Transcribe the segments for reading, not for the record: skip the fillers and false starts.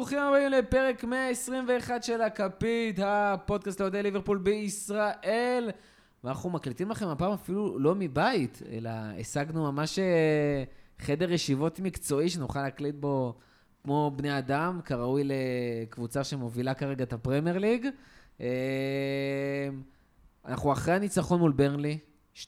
ברוכים הבאים לפרק 121 של הכפית, הפודקאסט לאוהדי ליברפול בישראל. ואנחנו מקליטים לכם הפעם אפילו לא מבית, אלא השגנו ממש חדר ישיבות מקצועי שנוכל להקליט בו כמו בני אדם, כראוי לקבוצה שמובילה כרגע את הפרמייר ליג. אנחנו אחרי הניצחון מול ברנלי, 2-0,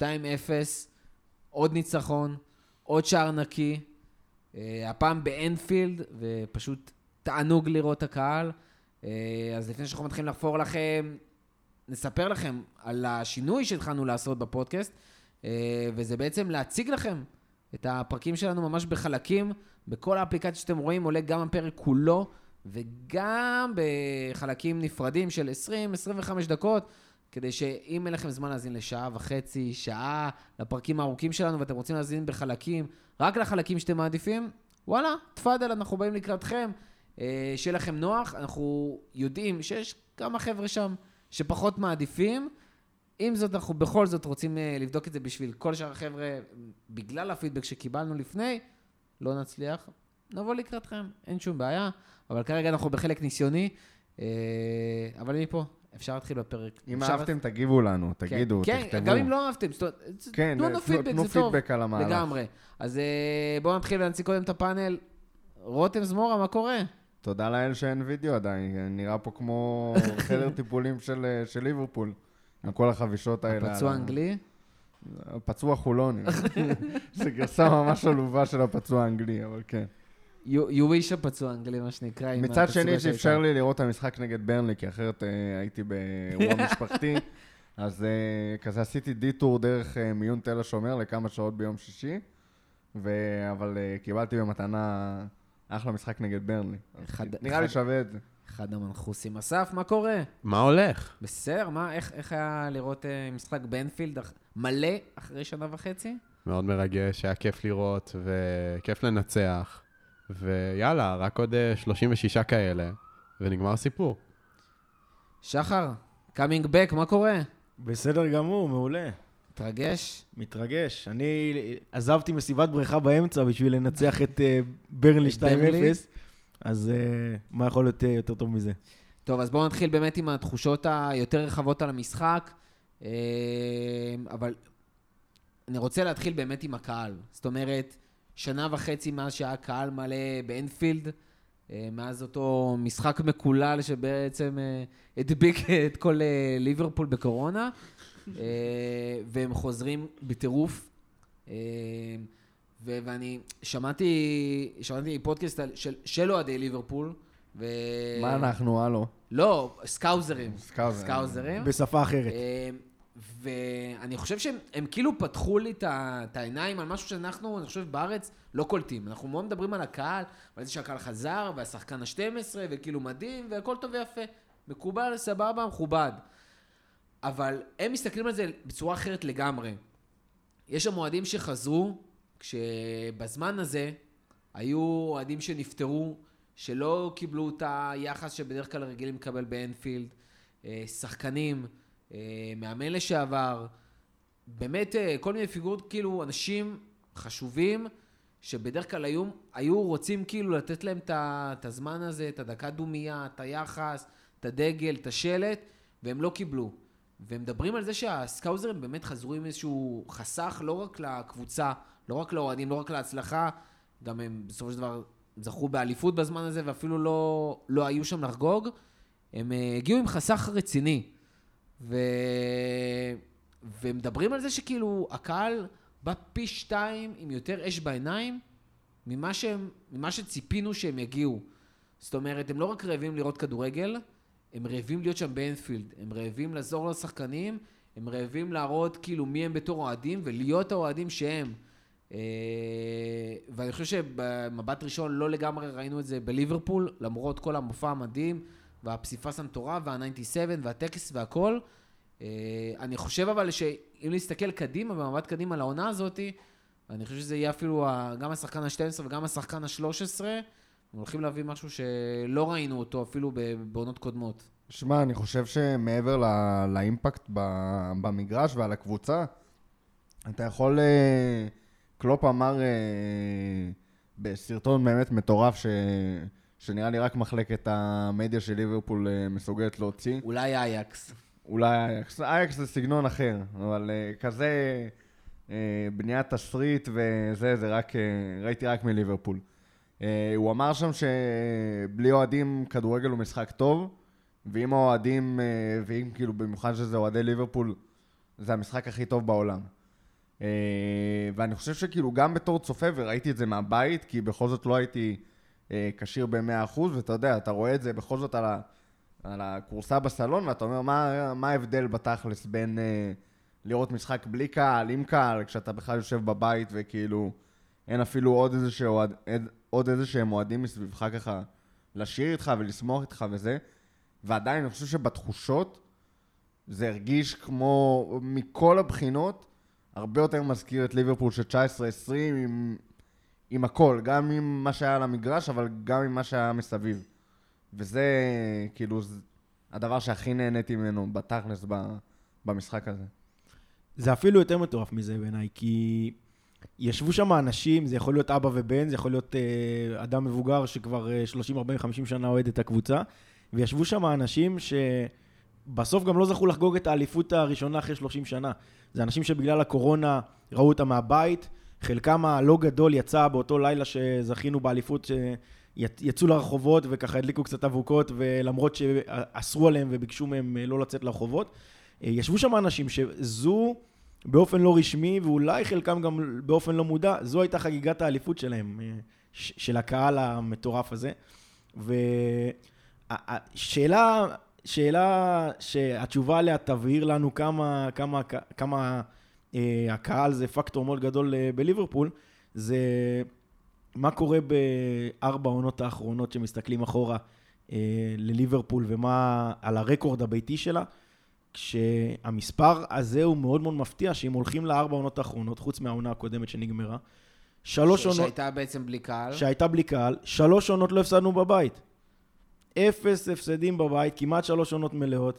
עוד ניצחון, עוד שער נקי, הפעם באנפילד, ופשוט תענוג לראות את הקהל. אז לפני שאנחנו מתחילים לחפור לכם, נספר לכם על השינוי שהתחלנו לעשות בפודקאסט, וזה בעצם להציג לכם את הפרקים שלנו ממש בחלקים. בכל האפליקציה שאתם רואים עולה גם הפרק כולו, וגם בחלקים נפרדים של 20-25 דקות, כדי שאם אין לכם זמן להזין לשעה וחצי, שעה, לפרקים הארוכים שלנו, ואתם רוצים להזין בחלקים, רק לחלקים שאתם מעדיפים, וואלה, תפדל, אנחנו באים לקראתכם, שיהיה לכם נוח. אנחנו יודעים שיש כמה חבר'ה שם שפחות מעדיפים, עם זאת אנחנו בכל זאת רוצים לבדוק את זה בשביל כל שאר החבר'ה, בגלל הפידבק שקיבלנו לפני, לא נצליח, נבוא לקראתכם, אין שום בעיה, אבל כרגע אנחנו בחלק ניסיוני, אבל מפה אפשר להתחיל בפרק. אם אהבתם, תגיבו לנו, תגידו, תכתבו. כן, גם אם לא אהבתם, תנו פידבק, זה טוב. פידבק על המהלך. לגמרי. אז בואו נתחיל ונציג קודם את הפאנל. רותם זמורה, מה קורה? תודה לאל שאין וידאו עדיין, נראה פה כמו חדר טיפולים של ליברפול, עם כל החבישות האלה. הפצוע אנגלי? הפצוע חולוני. זה גרסה ממש עלובה של הפצוע האנגלי, אבל כן. יוויש הפצוע אנגלי, מה שנקרא. מצד שני שאפשר לי לראות את המשחק נגד ברנלי, כי אחרת הייתי באירוע משפחתי, אז כזה עשיתי דיטור דרך מיון תל השומר לכמה שעות ביום שישי, אבל קיבלתי במתנה אחלה משחק נגד ברנלי. נראה לי שווה את זה. אחד המנחוסים. אסף, מה קורה? מה הולך? בסדר, איך היה לראות משחק באנפילד מלא אחרי שנה וחצי? מאוד מרגש, היה כיף לראות וכיף לנצח. ויאללה, רק עוד 36 כאלה, ונגמר סיפור. שחר, coming back, מה קורה? בסדר גמור, מעולה. מתרגש? מתרגש. אני עזבתי מסיבת בריכה באמצע בשביל לנצח את ברנלי 2-0, אז מה יכול להיות יותר טוב מזה? טוב, אז בואו נתחיל באמת עם התחושות היותר רחבות על המשחק, אבל אני רוצה להתחיל באמת עם הקהל. זאת אומרת, שנה וחצי מאז שהיה קהל מלא באנפילד, מאז אותו משחק מקולל שבעצם הדביק את כל ליברפול בקורונה, והם חוזרים בטירוף. ואני שמעתי פודקאסט של אוהדי ליברפול. מה אנחנו, הלו? לא, סקאוזרים. סקאוזרים. בשפה אחרת. ואני חושב שהם כאילו פתחו לי את העיניים על משהו שאנחנו, אני חושב, בארץ לא קולטים. אנחנו מאוד מדברים על הקהל, ועל זה שהקהל חזר, והשחקן ה-12, וכאילו מדהים, והכל טוב ויפה. מקובל, סבבה, מכובד. אבל הם מסתכלים על זה בצורה אחרת לגמרי. יש המועדים שחזרו, כשבזמן הזה היו אוהדים שנפטרו, שלא קיבלו את היחס שבדרך כלל רגילים לקבל באנפילד, שחקנים, מאמן לשעבר, באמת כל מיני פיגורות, כאילו אנשים חשובים, שבדרך כלל היו רוצים כאילו לתת להם את הזמן הזה, את הדקת דומייה, את היחס, את הדגל, את השלט, והם לא קיבלו. והם מדברים על זה שהסקאוזרים באמת חזרו עם איזשהו חסך, לא רק לקבוצה, לא רק לאוהדים, לא רק להצלחה, גם הם בסופו של דבר זכו באליפות בזמן הזה, ואפילו לא היו שם לחגוג. הם הגיעו עם חסך רציני. ומדברים על זה שכאילו הקהל בא פי 2 עם יותר אש בעיניים ממה שציפינו שהם יגיעו. זאת אומרת, הם לא רק רעבים לראות כדורגל, הם רעבים להיות שם באנפילד, הם רעבים לעזור לשחקנים, הם רעבים להראות כאילו מי הם בתור אוהדים ולהיות האוהדים שהם. ואני חושב שבמבט ראשון לא לגמרי ראינו את זה בליברפול, למרות כל המופע המדהים והפסיפס המטורף וה-97 והטקס והכל. אני חושב אבל שאם להסתכל קדימה, במבט קדימה לעונה הזאת, אני חושב שזה יהיה אפילו גם השחקן ה-12 וגם השחקן ה-13, הם הולכים להביא משהו שלא ראינו אותו אפילו בעונות קודמות. שמע, אני חושב שמעבר לאימפקט במגרש ועל הקבוצה, אתה יכול, קלופ אמר בסרטון באמת מטורף שנראה לי רק מחלקת המדיה של ליברפול מסוגלת להוציא. אולי אייקס. אולי אייקס. אייקס זה סגנון אחר, אבל כזה בניית תסריט וזה, זה רק, ראיתי רק מליברפול. הוא אמר שם שבלי אוהדים כדורגל הוא משחק טוב, ואם האוהדים, ואם כאילו במיוחד שזה אוהדי ליברפול, זה המשחק הכי טוב בעולם. ואני חושב שכאילו גם בתור צופה, וראיתי את זה מהבית, כי בכל זאת לא הייתי קשיר ב-100%, ואתה יודע, אתה רואה את זה בכל זאת על הקורסה בסלון, ואתה אומר, מה ההבדל בתכלס בין לראות משחק בלי קהל, עם קהל, כשאתה בכלל יושב בבית, וכאילו אין אפילו עוד איזה שהם מועדים מסביבך ככה, לשיר איתך ולשמוח איתך וזה, ועדיין אני חושב שבתחושות זה הרגיש כמו מכל הבחינות, הרבה יותר מזכיר את ליברפול של 19-20 עם הכל, גם עם מה שהיה על המגרש, אבל גם עם מה שהיה מסביב. וזה כאילו הדבר שהכי נהניתי ממנו בתכלס במשחק הזה. זה אפילו יותר מטורף מזה בעיניי, כי ישבו שם אנשים, זה יכול להיות אבא ובן, זה יכול להיות אדם מבוגר שכבר 30, 40, 50 שנה אוהד את הקבוצה, וישבו שם אנשים שבסוף גם לא זכו לחגוג את האליפות הראשונה אחרי 30 שנה. זה אנשים שבגלל הקורונה ראו אותם מהבית, חלקם הלא גדול יצא באותו לילה שזכינו באליפות, יצאו לרחובות וככה הדליקו קצת אבוקות, ולמרות שאסרו עליהם וביקשו מהם לא לצאת לרחובות, ישבו שם אנשים שזו באופן לא רשמי, ואולי חלקם גם באופן לא מודע, זו הייתה חגיגת האליפות שלהם, של הקהל המטורף הזה. ושאלה שהתשובה עליה תבהיר לנו כמה הקהל זה פקטור מאוד גדול בליברפול, זה מה קורה בארבע העונות האחרונות שמסתכלים אחורה לליברפול, ומה על הרקורד הביתי שלה, כשהמספר הזה הוא מאוד מאוד מפתיע, שאם הולכים לארבע העונות האחרונות, חוץ מהעונה הקודמת שנגמרה, שהייתה בעצם בלי קהל. שהייתה בלי קהל, 3 עונות לא הפסדנו בבית. 0 הפסדים בבית, כמעט 3 עונות מלאות.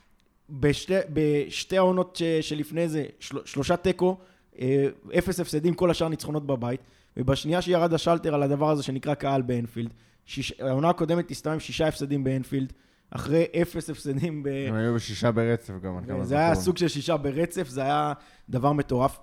בשתי העונות שלפני זה, 3 תיקו, 0 הפסדים, כל השאר ניצחונות בבית. ובשנייה שירד השלטר על הדבר הזה שנקרא קהל באנפילד, העונה הקודמת הסתיים 6 הפסדים באנפילד, אחרי 0 הפסדים הם היו ב6 ברצף גם. זה היה סוג של 6 ברצף, זה היה דבר מטורף.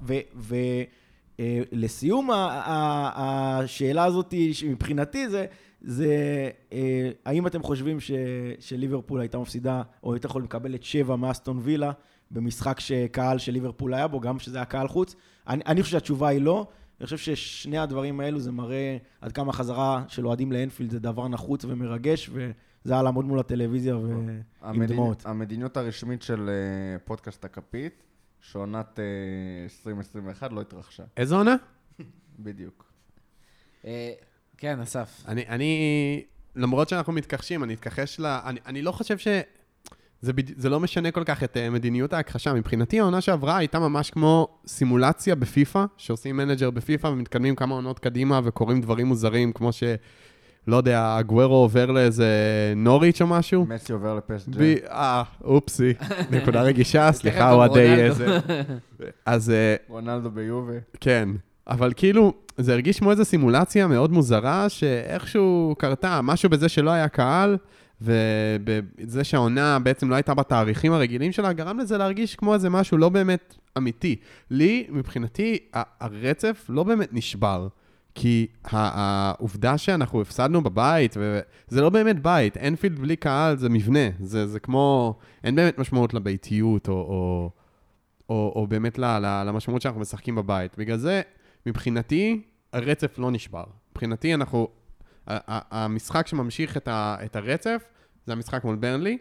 ולסיום השאלה הזאת מבחינתי זה האם אתם חושבים שליברפול הייתה מפסידה, או יותר יכולים לקבל את 7 מאסטון וילה, במשחק שקהל של ליברפול היה בו, גם שזה היה קהל חוץ? אני חושב שהתשובה היא לא. אני חושב ששני הדברים האלו זה מראה עד כמה חזרה של אוהדים לאנפילד זה דבר נחוץ ומרגש, וזה היה לעמוד מול הטלוויזיה ועם דמעות. המדיניות הרשמית של פודקאסט הכפית, שעונת 2021 לא התרחשה. איזו עונה? בדיוק. כן, אסף. אני, למרות שאנחנו מתכחשים, אני אתכחש אני לא חושב זה לא משנה כל כך את מדיניות ההכחשה. מבחינתי, העונה שעברה הייתה ממש כמו סימולציה בפיפה, שעושים מנג'ר בפיפה ומתקדמים כמה עונות קדימה וקוראים דברים מוזרים, כמו לא יודע, אגוורו עובר לאיזה נוריץ' או משהו. מסי עובר לפסג'ה. אופסי. נקודה רגישה, סליחה, אוהדי איזה. אז רונלדו ביובה. כן, אבל כאילו, זה הרגיש כמו איזו סימולציה מאוד מוזרה, שאיכשהו קרתה, משהו בזה שלא היה קהל, ובזה שהעונה בעצם לא הייתה בתאריכים הרגילים שלה, גרם לזה להרגיש כמו איזה משהו לא באמת אמיתי. לי, מבחינתי, הרצף לא באמת נשבר. כי העובדה שאנחנו הפסדנו בבית, וזה לא באמת בית, אנפילד בלי קהל זה מבנה, זה כמו, אין באמת משמעות לביתיות, או באמת למשמעות שאנחנו משחקים בבית. בגלל זה, מבחינתי, הרצף לא נשבר. מבחינתי, המשחק שממשיך את הרצף, זה המשחק מול ברנלי,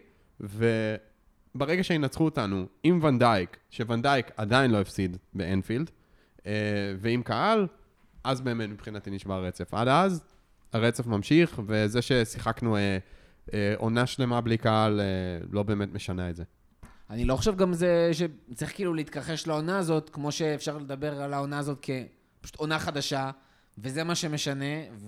וברגע שינצחו אותנו עם ונדייק, שוונדייק עדיין לא הפסיד באנפילד, ועם קהל, אז באמת מבחינתי נשבר הרצף. עד אז הרצף ממשיך, וזה ששיחקנו עונה שלמה בלי קהל, לא באמת משנה את זה. אני לא חושב גם זה שצריך כאילו להתכחש לעונה הזאת, כמו שאפשר לדבר על העונה הזאת כפשוט עונה חדשה, וזה מה שמשנה,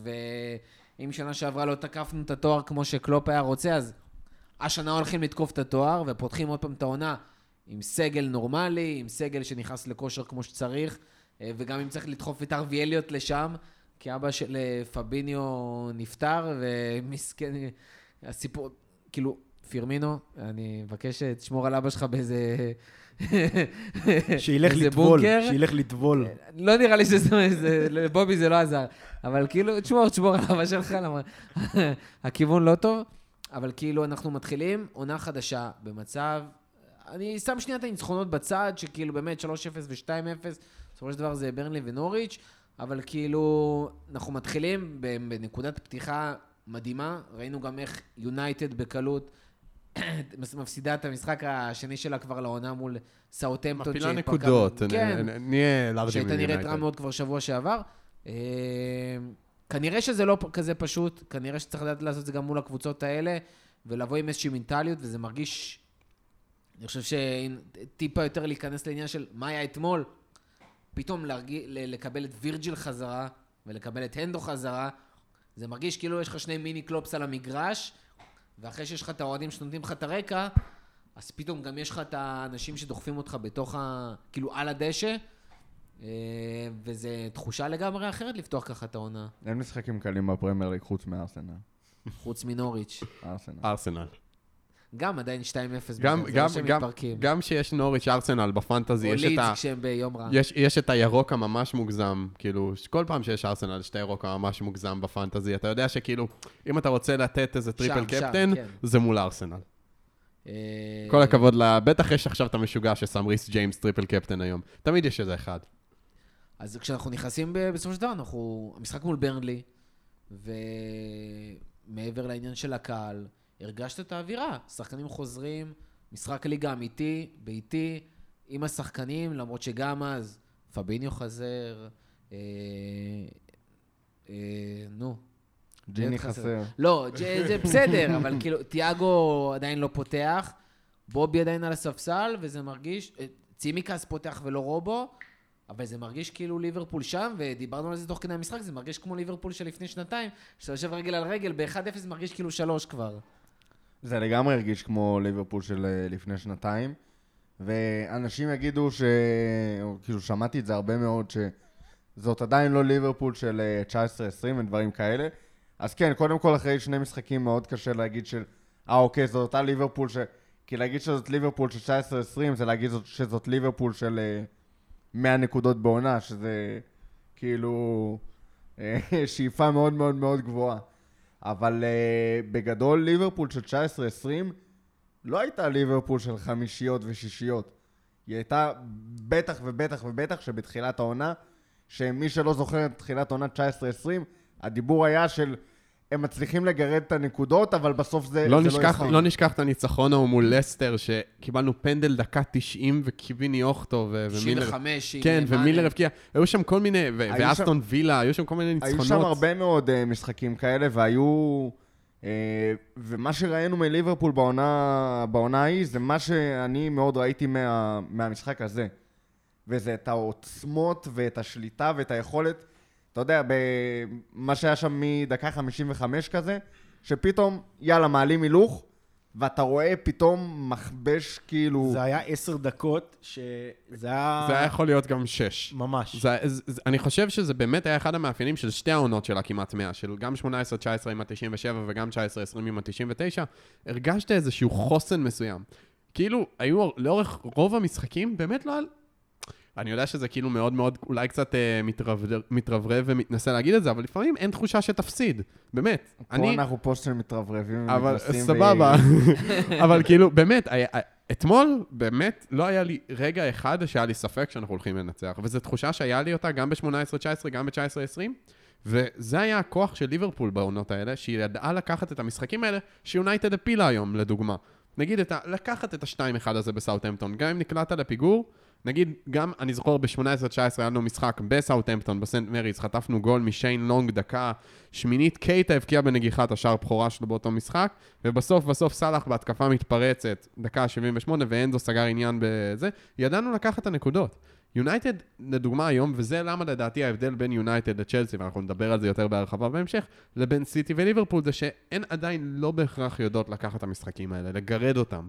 ואם שנה שעברה לא תקפנו את התואר כמו שקלופ היה רוצה, אז השנה הולכים לתקוף את התואר, ופותחים עוד פעם את העונה עם סגל נורמלי, עם סגל שנכנס לכושר כמו שצריך, וגם אם צריך לדחוף את ארווי אליוט לשם, כי אבא של פביניו נפטר, ומסכן, הסיפור, כאילו, פירמינו, אני מבקש שתשמור על אבא שלך באיזה... שילך לטבול, שילך לטבול. לא נראה לי לבובי זה לא עזר, אבל כאילו, תשמור על אבא שלך, למה הכיוון לא טוב, אבל כאילו אנחנו מתחילים עונה חדשה במצב, אני שם שנייה את הניצחונות בצד, שכאילו באמת 3-0 ו-2-0, בסופו של דבר זה ברנלי ונוריץ', אבל כאילו אנחנו מתחילים בנקודת פתיחה מדהימה, ראינו גם איך יונייטד בקלות, מפסידה את המשחק השני שלה כבר לעונה מול סאוטהמפטון. מפילה נקודות, נהיה לארג'ים. שהייתה נראית רע מאוד כבר שבוע שעבר. כנראה שזה לא כזה פשוט, כנראה שצריך לדעת לעשות את זה גם מול הקבוצות האלה, ולבוא עם איזושהי מנטליות, וזה מרגיש, אני חושב שטיפה יותר להיכנס לעניין של מה היה אתמול, פתאום לקבל את וירג'יל חזרה, ולקבל את הנדו חזרה, זה מרגיש כאילו יש לך שני מיני קלופס על המגרש, ואחרי שיש לך את האוהדים שנותנים לך את הרקע, אז פתאום גם יש לך את האנשים שדוחפים אותך בתוך כאילו על הדשא, וזה תחושה לגמרי אחרת לפתוח ככה את העונה. אין משחקים קלים בפרמייר ליג חוץ מארסנל. חוץ מנוריץ'. ארסנל. גם עדיין 2-0 זה שהם מתפרקים. גם שיש נוריץ' ארסנל בפנטזי, או לידס כשהם ביום רע. יש את הירוק הממש מוגזם, כאילו, כל פעם שיש ארסנל, יש את הירוק הממש מוגזם בפנטזי, אתה יודע שכאילו, אם אתה רוצה לתת איזה טריפל קפטן, זה מול ארסנל. כל הכבוד, בטח יש עכשיו את המשוגע ששם ריס ג'יימס טריפל קפטן היום. תמיד יש איזה אחד. אז כשאנחנו נכנסים בסופו של דבר, המשחק מול ברנלי, ומעבר לעניין של הקהל, הרגשת את האווירה, שחקנים חוזרים, משחק ליגה אמיתי, ביתי, עם השחקנים, למרות שגם אז פביניו חזר, ג'יני חסר. לא, זה בסדר, אבל כאילו, תיאגו עדיין לא פותח, בובי עדיין על הספסל, וזה מרגיש, צימיקס פותח ולא רובו, אבל זה מרגיש כאילו ליברפול שם, ודיברנו על זה תוך כדי המשחק, זה מרגיש כמו ליברפול של לפני שנתיים, שאתה יושב רגל על רגל, ב-1-0 זה מרגיש כאילו 3 כבר. זה לגמרי הרגיש כמו ליברפול של לפני שנתיים, ואנשים יגידו כאילו שמעתי את זה הרבה מאוד, שזאת עדיין לא ליברפול של 19-20 ודברים כאלה, אז כן, קודם כל אחרי שני משחקים מאוד קשה להגיד אוקיי, זאת אותה ליברפול כי להגיד שזאת ליברפול של 19-20 זה להגיד שזאת ליברפול של 100 נקודות בעונה, שזה כאילו שאיפה מאוד מאוד מאוד גבוהה. אבל בגדול ליברפול של 19-20 לא הייתה ליברפול של חמישיות ושישיות. היא הייתה בטח ובטח ובטח שבתחילת העונה, שמי שלא זוכר את תחילת העונה 19-20, הדיבור היה של הם מצליחים לגרד את הנקודות, אבל בסוף זה לא יכול. לא נשכח את הניצחון ההוא מול לסטר, שקיבלנו פנדל דקה 90 וקיביני אוכטו ומילר. 95. כן, ומילר הבקיע. היו שם כל מיני, ואסטון וילה, היו שם כל מיני ניצחונות. היו שם הרבה מאוד משחקים כאלה, והיו... ומה שראינו מליברפול בעונה ההיא, זה מה שאני מאוד ראיתי מהמשחק הזה. וזה את העוצמות ואת השליטה ואת היכולת, אתה יודע, מה שהיה שם מדקה 55 כזה, שפתאום, יאללה, מעלים הילוך, ואתה רואה פתאום מחבש כאילו... זה היה 10 דקות, שזה היה... זה היה יכול להיות גם 6. ממש. אני חושב שזה באמת היה אחד המאפיינים של שתי העונות שלה כמעט 100, של גם 18-19 עם ה-97 וגם 19-20 עם ה-99, הרגשת איזשהו חוסן מסוים. כאילו, היו לאורך רוב המשחקים, באמת לא... אני יודע שזה כאילו מאוד מאוד, אולי קצת מתרברב ומתנסה להגיד את זה, אבל לפעמים אין תחושה שתפסיד, באמת. פה אנחנו פוסט של מתרברבים ומתנסים. סבבה. אבל כאילו, באמת, אתמול באמת לא היה לי רגע אחד שהיה לי ספק שאנחנו הולכים לנצח, וזו תחושה שהיה לי אותה גם ב-18-19, גם ב-19-20, וזה היה הכוח של ליברפול בעונות האלה, שהיא ידעה לקחת את המשחקים האלה, שיונייטד הפילה היום, לדוגמה. נגיד, לקחת את ה-2-1 הזה בסאוטהמפטון, גם אם נקלעת לפיגור, נגיד, גם אני זוכר ב-18-19 היה לנו משחק בסאוטהמפטון, בסנט מריס, חטפנו גול משיין לונג דקה שמינית, קייטה הבקיע בנגיחת השער בכורה שלו באותו משחק, ובסוף סלח בהתקפה מתפרצת, דקה 78, ואנדו סגר עניין בזה, ידענו לקחת את הנקודות. יונייטד, לדוגמה היום, וזה למה לדעתי ההבדל בין יונייטד לצ'לסי, ואנחנו נדבר על זה יותר בהרחבה בהמשך, לבין סיטי וליברפול, זה שאין עדיין לא בהכרח יודעות לקחת את המשחקים האלה, לגרד אותם.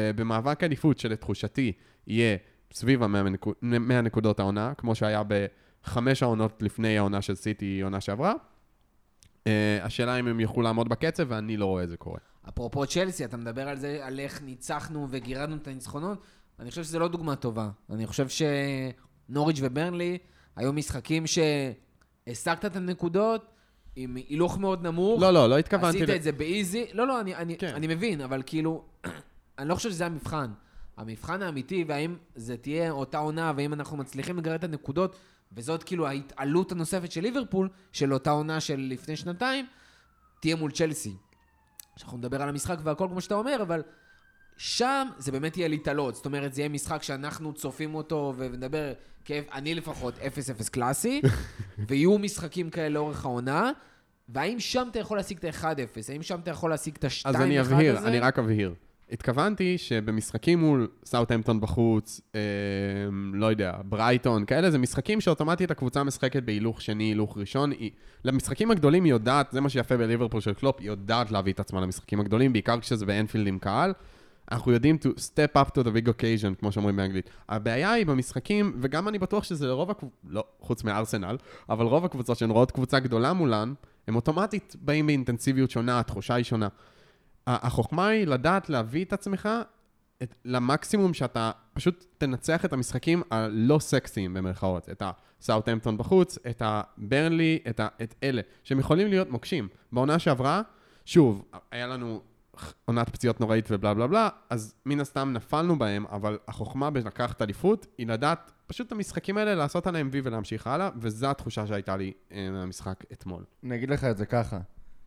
ובמאבק עדיפות שלתחושתי יהיה סביב 100 נקודות העונה, כמו שהיה 5 העונות לפני העונה של סיטי, עונה שעברה. השאלה אם הם יוכלו לעמוד בקצב, ואני לא רואה את זה קורה. אפרופו צ'לסי, אתה מדבר על זה, על איך ניצחנו וגירדנו את הניצחונות, אני חושב שזה לא דוגמה טובה. אני חושב שנוריץ' וברנלי היו משחקים שהשגת את הנקודות עם הילוך מאוד נמוך. לא התכוונתי. עשית את זה באיזי. לא, אני מבין, אבל כאילו, אני לא חושב שזה המבחן. המבחן האמיתי, והאם זה תהיה אותה עונה, והאם אנחנו מצליחים לגרד את הנקודות, וזאת כאילו ההתעלות הנוספת של ליברפול, של אותה עונה של לפני שנתיים, תהיה מול צ'לסי. שאנחנו נדבר על המשחק והכל כמו שאתה אומר, אבל שם זה באמת יהיה להתעלות. זאת אומרת, זה יהיה משחק שאנחנו צופים אותו ונדבר, אני לפחות 0-0 קלאסי, ויהיו משחקים כאלה לאורך העונה, והאם שם אתה יכול להשיג את ה-1-0? האם שם אתה יכול להשיג את ה-2-1 הזה? אז אני אבהיר, אני רק אבהיר. התכוונתי שבמשחקים מול סאות'המפטון בחוץ, לא יודע, ברייטון, כאלה, זה משחקים שאוטומטית הקבוצה משחקת בהילוך שני, הילוך ראשון. למשחקים הגדולים היא יודעת, זה מה שיפה בליברפול של קלופ, היא יודעת להביא את עצמה למשחקים הגדולים, בעיקר כשזה באנפילד עם קהל. אנחנו יודעים to step up to the big occasion, כמו שאומרים באנגלית. הבעיה היא במשחקים, וגם אני בטוח שזה לרוב לא, חוץ מארסנל, אבל רוב הקבוצות שהן רואות קבוצה גדולה מולן, הם אוטומטית באים באינטנסיביות שונה, התחושה היא שונה. החוכמה היא לדעת להביא את עצמך למקסימום שאתה פשוט תנצח את המשחקים הלא סקסיים במרכאות. את הסאות'המפטון בחוץ, את הברנלי, את אלה, שהם יכולים להיות מוקשים. בעונה שעברה, שוב, היה לנו עונת פציעות נוראית ובלה בלה בלה, אז מן הסתם נפלנו בהם, אבל החוכמה בלקחת אליפות היא לדעת פשוט את המשחקים האלה, לעשות עליהם וי ולהמשיך הלאה, וזו התחושה שהייתה לי מהמשחק אתמול. אני אגיד לך את זה ככה.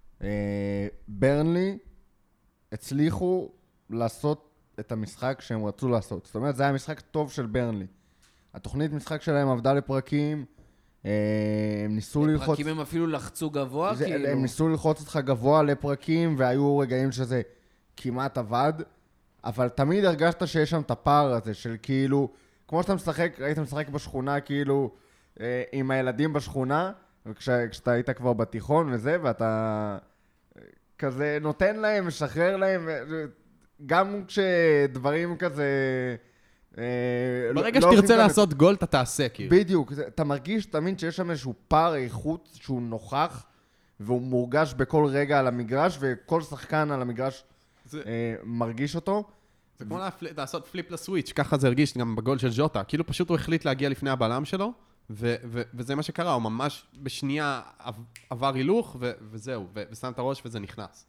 ברנלי הצליחו לעשות את המשחק שהם רצו לעשות. זאת אומרת, זה היה משחק טוב של ברנלי. התוכנית משחק שלהם עבדה לפרקים, הם ניסו ללחוץ... לפרקים הם אפילו לחצו גבוה, כאילו. הם ניסו ללחוץ אותך גבוה לפרקים, והיו רגעים שזה כמעט עבד, אבל תמיד הרגשת שיש שם את הפער הזה של כאילו, כמו שאתה משחק, היית משחק בשכונה כאילו, עם הילדים בשכונה, וכשאתה היית כבר בתיכון וזה, ואתה כזה נותן להם, משחרר להם, גם כשדברים כזה... ברגע שתרצה לעשות גול, אתה תעשה, כאילו. בדיוק, אתה מרגיש תמיד שיש שם איזשהו פער איכות שהוא נוכח, והוא מורגש בכל רגע על המגרש, וכל שחקן על המגרש מרגיש אותו. זה כמו לעשות פליפ לסוויץ', ככה זה הרגיש גם בגול של ז'וטה. כאילו פשוט הוא החליט להגיע לפני הבלם שלו, וזה מה שקרה, הוא ממש בשנייה עבר הילוך, וזהו, ושם את הראש וזה נכנס.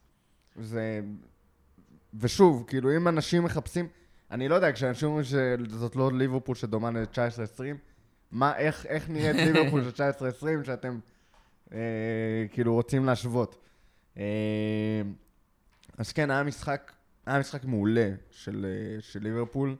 ושוב, כאילו אם אנשים מחפשים... אני לא יודע, כשאנשים אומרים שזאת לא ליברפול שדומה ל-19-20, איך נראית ליברפול של 19-20 שאתם כאילו רוצים להשוות? אז כן, היה משחק מעולה של ליברפול.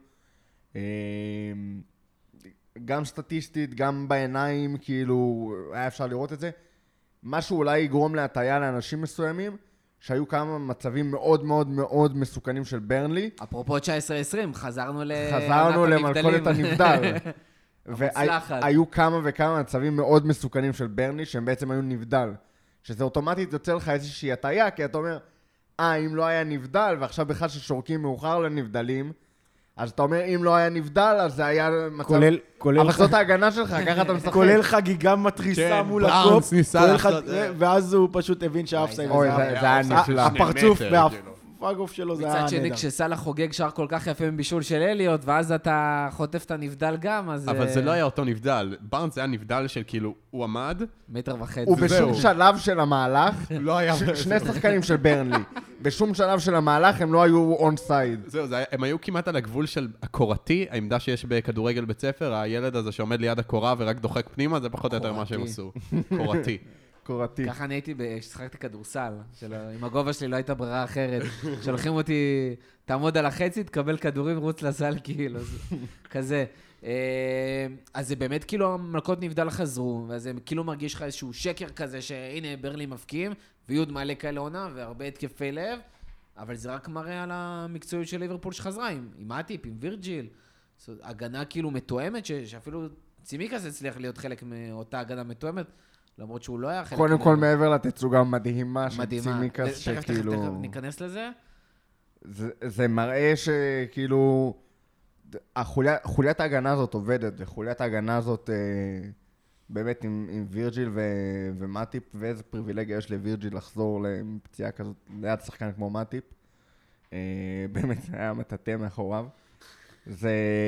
גם סטטיסטית, גם בעיניים, כאילו, היה אפשר לראות את זה. משהו אולי יגרום להטעיה לאנשים מסוימים, שהיו כמה מצבים מאוד מאוד מאוד מסוכנים של ברנלי. אפרופו 19-20, חזרנו למלכודת הנבדל. והיו כמה וכמה מצבים מאוד מסוכנים של ברנלי, שהם בעצם היו נבדל. שזה אוטומטית יוצא לך איזושהי הטעיה, כי אתה אומר, אם לא היה נבדל, ועכשיו בכלל ששורקים מאוחר לנבדלים, אז אתה אומר, אם לא היה נבדל, אז זה היה מצב... אבל זאת ההגנה שלך, ככה אתה משחק. כולל חגיגה מתריסה מול הקופ, ואז הוא פשוט הבין שהאפסייד אוי, זה היה נפלא. הפרצוף והגוף שלו זה היה נהדר. מצד שני, כשסלח חוגג שר כל כך יפה מבישול של אליוט, ואז אתה חוטף את הנבדל גם, אז... אבל זה לא היה אותו נבדל. בארנס היה נבדל של כאילו, הוא עמד... 1.5 מטר. ובשום שלב של המהלך, שני שחקנים של ברנלי, בשום שלב של המהלך הם לא היו און סייד. זהו, הם היו כמעט על הגבול של הקורתי, העמדה שיש בכדורגל בית ספר, הילד הזה שעומד ליד הקורה ורק דוחק פנימה, זה פחות או יותר מה שהם עשו. קורתי. קורתי. ככה אני הייתי, כששחקתי כדורסל, עם הגובה שלי לא הייתה ברירה אחרת. כשהולכים אותי, תעמוד על החצי, תקבל כדורים, רוץ לסל, כאילו, כזה. אז זה באמת כאילו המלכות נבדל חזרו, וזה כאילו מרגיש לך איזשהו שקר כזה, שהנה ברלי מפקים, ויוד מעלה כאלה עונה, והרבה התקפי לב, אבל זה רק מראה על המקצועיות של ליברפול שחזרה, עם אטיפ, עם וירג'יל. הגנה כאילו מתואמת, שאפילו צימיקס הצליח להיות חלק מאותה הגנה מתואמת, למרות שהוא לא היה חלק... קודם כל מעבר לתצוגה מדהימה של צימיקס, שכאילו... תכף ניכנס לזה. זה מראה שכאילו... חוליית ההגנה הזאת עובדת, וחוליית ההגנה הזאת באמת עם וירג'יל ומטיפ, ואיזה פריבילגיה יש לווירג'יל לחזור לפציעה כזאת ליד שחקן כמו מטיפ. באמת היה מטאטא מאחוריו. זה...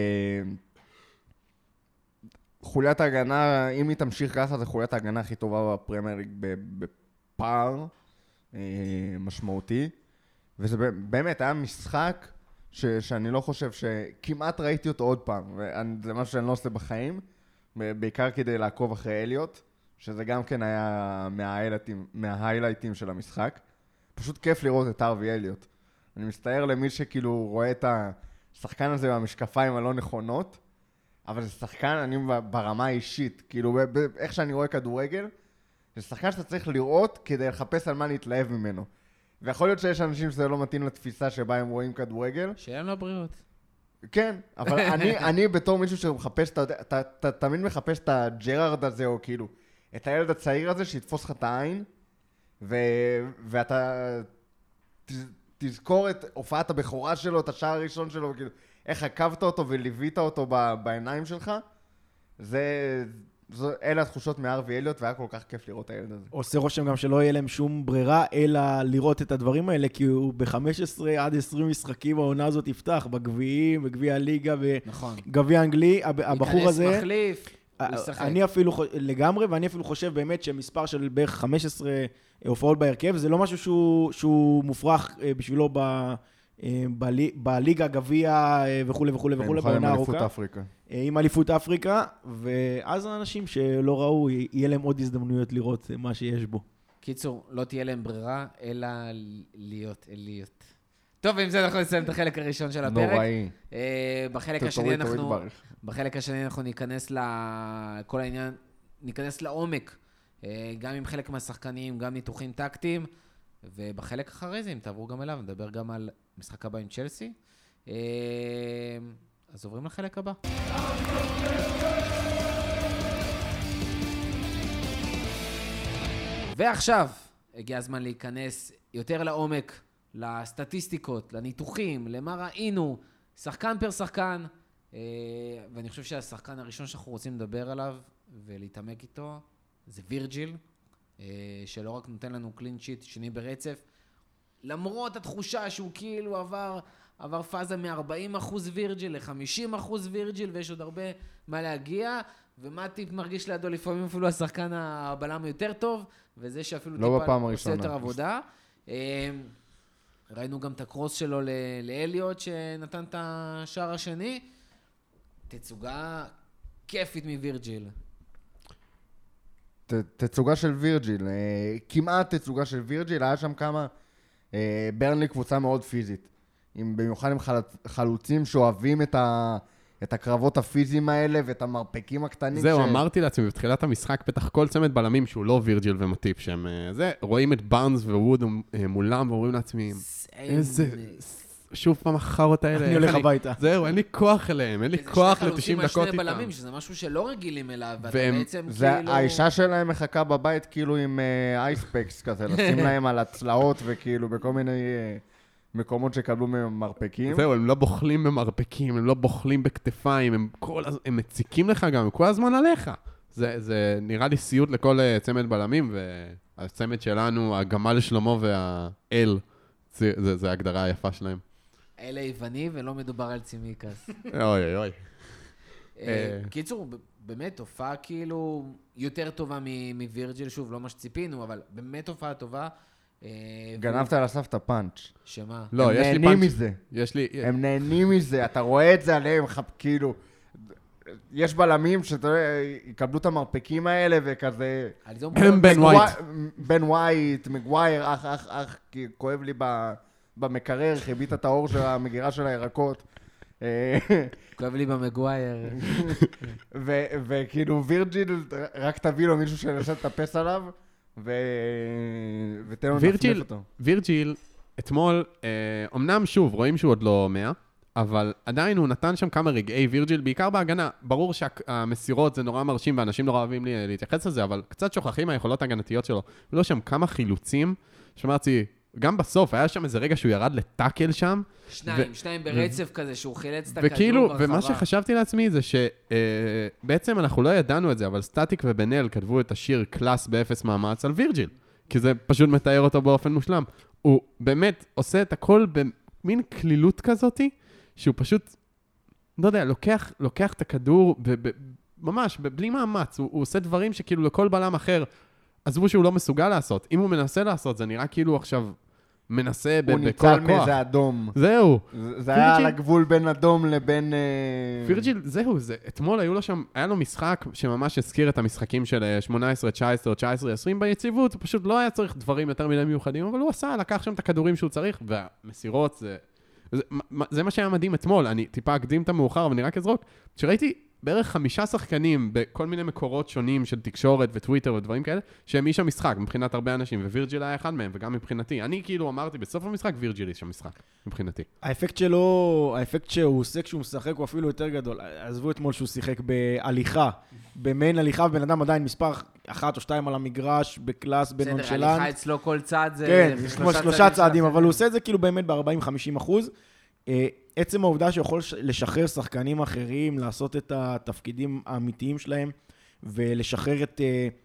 חוליית ההגנה, אם היא תמשיך ככה, זה חוליית ההגנה הכי טובה בפרמייר ליג בפער משמעותי. וזה באמת היה משחק שאני לא חושב שכמעט ראיתי אותו עוד פעם. וזה משהו שאני לא עושה בחיים, בעיקר כדי לעקוב אחרי אליוט, שזה גם כן היה מההיילייטים של המשחק. פשוט כיף לראות את ארווי אליוט. אני מסתער למי שכאילו רואה את השחקן הזה במשקפיים הלא נכונות, אבל זה שחקן, אני ברמה האישית, כאילו איך שאני רואה כדורגל, זה שחקן שאתה צריך לראות כדי לחפש על מה להתלהב ממנו. ויכול להיות שיש אנשים שזה לא מתאים לתפיסה שבה הם רואים כדורגל. שיהיה לנו בריאות. כן, אבל אני בתור מישהו שמחפש, אתה תמיד מחפש את הג'רארד הזה, או כאילו, את הילד הצעיר הזה שיתפוס לך את העין, ואתה תזכור את הופעת הבכורה שלו, את השער הראשון שלו, וכאילו, איך עקבת אותו וליווית אותו בעיניים שלך, אלה התחושות מארווי אליוט, והיה כל כך כיף לראות את הילד הזה. עושה רושם גם שלא יהיה להם שום ברירה, אלא לראות את הדברים האלה, כי הוא ב-15 עד 20 משחקים העונה הזאת יפתח, בגביעים, בגביע הליגה, בגביע האנגלי, הבחור הזה... ייכנס מחליף, הוא ישחק. אני אפילו לגמרי, ואני אפילו חושב באמת שמספר של בערך 15 הופעות בהרכב, זה לא משהו שהוא מופרך בשבילו בליגה, גביע וכו' וכו' וכו', בעונה ארוכה. עם אליפות אפריקה, ואז האנשים שלא ראו, יהיה להם עוד הזדמנויות לראות מה שיש בו. קיצור, לא תהיה להם ברירה, אלא להיות אליוט. טוב, ועם זה אנחנו נסיים את החלק הראשון של הפרק. נוראי. בחלק השני אנחנו ניכנס לכל העניין, ניכנס לעומק, גם עם חלק מהשחקנים, גם ניתוחים טקטיים, ובחלק אחרי זה, אם תעברו גם אליו, נדבר גם על משחק הבא עם צ'לסי. אז עוברים לחלק הבא. ועכשיו הגיע הזמן להיכנס יותר לעומק, לסטטיסטיקות, לניתוחים, למה ראינו, שחקן פר שחקן, ואני חושב שהשחקן הראשון שאנחנו רוצים לדבר עליו ולהתעמק איתו, זה וירג'יל, שלא רק נותן לנו קלין שיט שני ברצף, למרות התחושה שהוא כאילו עבר פאזה מ-40% וירג'יל ל-50% וירג'יל, ויש עוד הרבה מה להגיע, ומטיפ מרגיש לידו לפעמים אפילו השחקן הבלם יותר טוב, וזה שאפילו לא טיפה עושה יותר עבודה. ראינו גם את הקרוס שלו לאליוט, שנתן את השער השני. תצוגה כיפית מווירג'יל. תצוגה של וירג'יל, כמעט תצוגה של וירג'יל, היה שם כמה, ברנלי קבוצה מאוד פיזית, במיוחד עם חלוצים שאוהבים את הקרבות הפיזיים האלה ואת המרפקים הקטנים. זהו, אמרתי לעצמי, בתחילת המשחק פתח כל צמד בלמים שהוא לא וירג'יל ומטיפ, שהם רואים את בארנס וווד מולם ואומרים לעצמי, איזה... שוב פעם החרות האלה. אני הולך הביתה. זהו, אין לי כוח אליהם, אין לי כוח ל-90 דקות איתם. שני בלמים, שזה משהו שלא רגילים אליו, ואתה בעצם כאילו... האישה שלהם מחכה בבית כאילו עם אייספקס כזה, לשים להם על הצלעות וכאילו בכל מיני מקומות שקבלו ממרפקים. זהו, הם לא בוחלים במרפקים, הם לא בוחלים בכתפיים, הם מציקים לך גם, הם כל הזמן עליך. זה נראה לי סיוט לכל צמד בלמים, והצמד שלנו, הגמל שלמה והאל, זה ההגדרה היפה שלהם. אלה יווני ולא מדובר על צימיקס. אוי, אוי. קיצור, באמת הופעה כאילו יותר טובה מווירג'יל, שוב, לא מה שציפינו, אבל באמת הופעה טובה. גנבת על הסף את הפאנץ'. שמה? לא, יש לי פאנץ'. הם נהנים מזה, אתה רואה את זה עליהם, כאילו, יש בלמים שיקבלו את המרפקים האלה וכזה... בן ווייט, מגווייר, אח, כי כואב לי במקרר, חיבית את האור של המגירה של הירקות. כואב לי במגווייר. וכאילו וירג'יל, רק תביא לו מישהו שנשא לטפס עליו, ותן לו נחנף אותו. וירג'יל, אתמול, אמנם שוב, רואים שהוא עוד לא 100, אבל עדיין הוא נתן שם כמה רגעי וירג'יל, בעיקר בהגנה. ברור שהמסירות זה נורא מרשים, ואנשים נורא אוהבים להתייחס לזה, אבל קצת שוכחים מהיכולות ההגנתיות שלו. לא שם כמה חילוצים, שאמרתי, גם בסוף, היה שם איזה רגע שהוא ירד לטאקל שם. שניים ברצף כזה, שהוא חילץ את הכדור ברחבה. ומה שחשבתי לעצמי זה שבעצם אנחנו לא ידענו את זה, אבל סטטיק ובן-אל כתבו את השיר קלאס באפס מאמץ על וירג'יל, כי זה פשוט מתאר אותו באופן מושלם. הוא באמת עושה את הכל במין כלילות כזאת, שהוא פשוט, לא יודע, לוקח את הכדור ממש, בלי מאמץ. הוא עושה דברים שכאילו לכל בלם אחר, עזבו שהוא לא מסוגל לעשות. אם הוא מנסה לעשות, זה נראה כאילו עכשיו מנסה בכל הכוח. הוא ניצל מאיזה אדום. זהו. זה היה על הגבול בין אדום לבין... וירג'יל, זהו, אתמול היה לו משחק שממש הזכיר את המשחקים של 18, 19 או 19, 20 ביציבות, הוא פשוט לא היה צריך דברים יותר מדי מיוחדים, אבל הוא לקח שם את הכדורים שהוא צריך, והמסירות זה מה שהיה מדהים אתמול. אני טיפה אקדים את המאוחר, אבל אני רק אזרוק. שראיתי בערך 5 שחקנים בכל מיני מקורות שונים של תקשורת וטוויטר ודברים כאלה, שהם איש המשחק מבחינת הרבה אנשים, ווירג'יל היה אחד מהם, וגם מבחינתי. אני כאילו אמרתי, בסוף המשחק וירג'יל איש המשחק, מבחינתי. האפקט שהוא עושה כשהוא משחק הוא אפילו יותר גדול. עזבו אתמול שהוא שיחק בהליכה, במין הליכה, ובן אדם עדיין מספר 1 או 2 על המגרש, בקלאס בנונשלנט. בסדר, הליכה אצלו כל צעד זה... כן, כמו 3 צעדים, אבל הוא עושה את זה כאילו באמת ב-40-50%. עצם העובדה שיכול לשחרר שחקנים אחרים, לעשות את התפקידים האמיתיים שלהם, ולשחרר את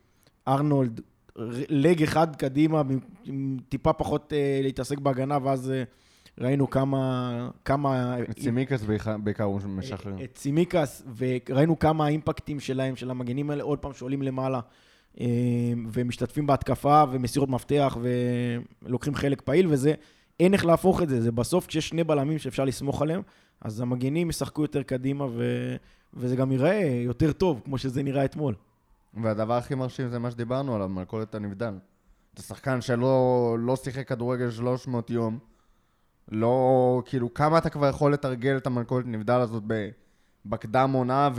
ארנולד לג אחד קדימה, טיפה פחות להתעסק בהגנה, ואז ראינו כמה... את צימיקס בעיקר הוא משחרר. את צימיקס, וראינו כמה האימפקטים שלהם, של המגנים האלה, עוד פעם שעולים למעלה, ומשתתפים בהתקפה, ומסירות מפתח, ולוקחים חלק פעיל, וזה... אין איך להפוך את זה, זה בסוף כשיש 2 בלמים שאפשר לסמוך עליהם, אז המגנים ישחקו יותר קדימה, וזה גם יראה יותר טוב, כמו שזה נראה אתמול. והדבר הכי מרשים זה מה שדיברנו עליו, מלכודת הנבדל. זה שחקן שלא שיחק כדורגל 300 יום, לא, כאילו, כמה אתה כבר יכול לתרגל את המלכודת הנבדל הזאת בקדם עונה,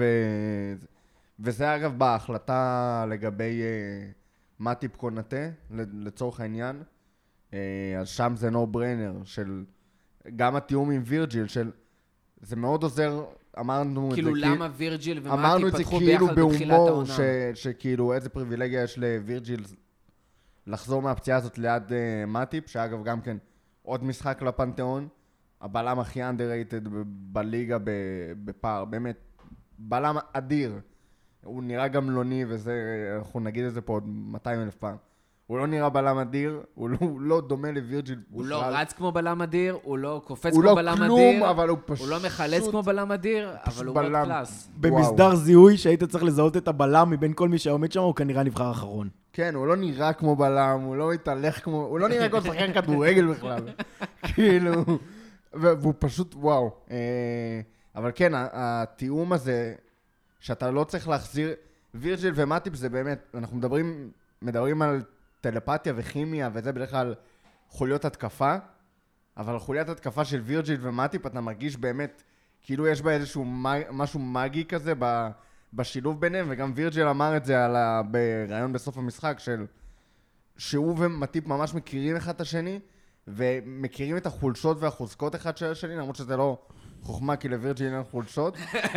וזה אגב בהחלטה לגבי מטיפ קונטה, לצורך העניין, אז שם זה no brainer של גם התיאום עם וירג'יל של זה מאוד עוזר, אמרנו את זה כאילו למה וירג'יל ומטיפ אמרנו את זה פתחו כאילו ביחד בתחילת בהומור העונה. שכאילו איזה פריבילגיה יש לווירג'יל לחזור מהפציעה הזאת ליד מטיפ, שאגב גם כן עוד משחק לפנתיאון, הבלם הכי underrated בליגה בפער, באמת בלם אדיר, הוא נראה גם לוני וזה, אנחנו נגיד את זה פה עוד 200,000 פעם. הוא לא נראה בלם אדיר, הוא לא דומה לווירג'יל. הוא לא רץ כמו בלם אדיר, הוא לא קופץ כמו בלם אדיר. הוא לא כלום, אבל הוא פשוט... הוא לא מחלץ כמו בלם אדיר, אבל הוא רד קלאס. במסדר זיהוי שהיית צריך לזהות את הבלם מבין כל מי שעומד שם, הוא כנראה נבחר אחרון. כן, הוא לא נראה כמו בלם, הוא לא מתהלך כמו... הוא לא נראה כמו שחקן כדורגל בכלל. כאילו... והוא פשוט וואו. אבל כן, התיאום הזה, שאתה לא צריך להחזיר... וירג'יל ומטיפ זה באמת... אנחנו מדברים על... טלפתיה וכימיה, וזה בדרך כלל חוליות התקפה, אבל חוליית התקפה של וירג'יל ומטיפ, אתה מרגיש באמת, כאילו יש בה איזשהו משהו מגי כזה בשילוב ביניהם, וגם וירג'יל אמר את זה ברעיון בסוף המשחק, שהוא ומטיפ ממש מכירים אחד את השני, ומכירים את החולשות והחוזקות אחד של השני, למרות שזה לא חוכמה, כי לווירג'יל אין חולשות,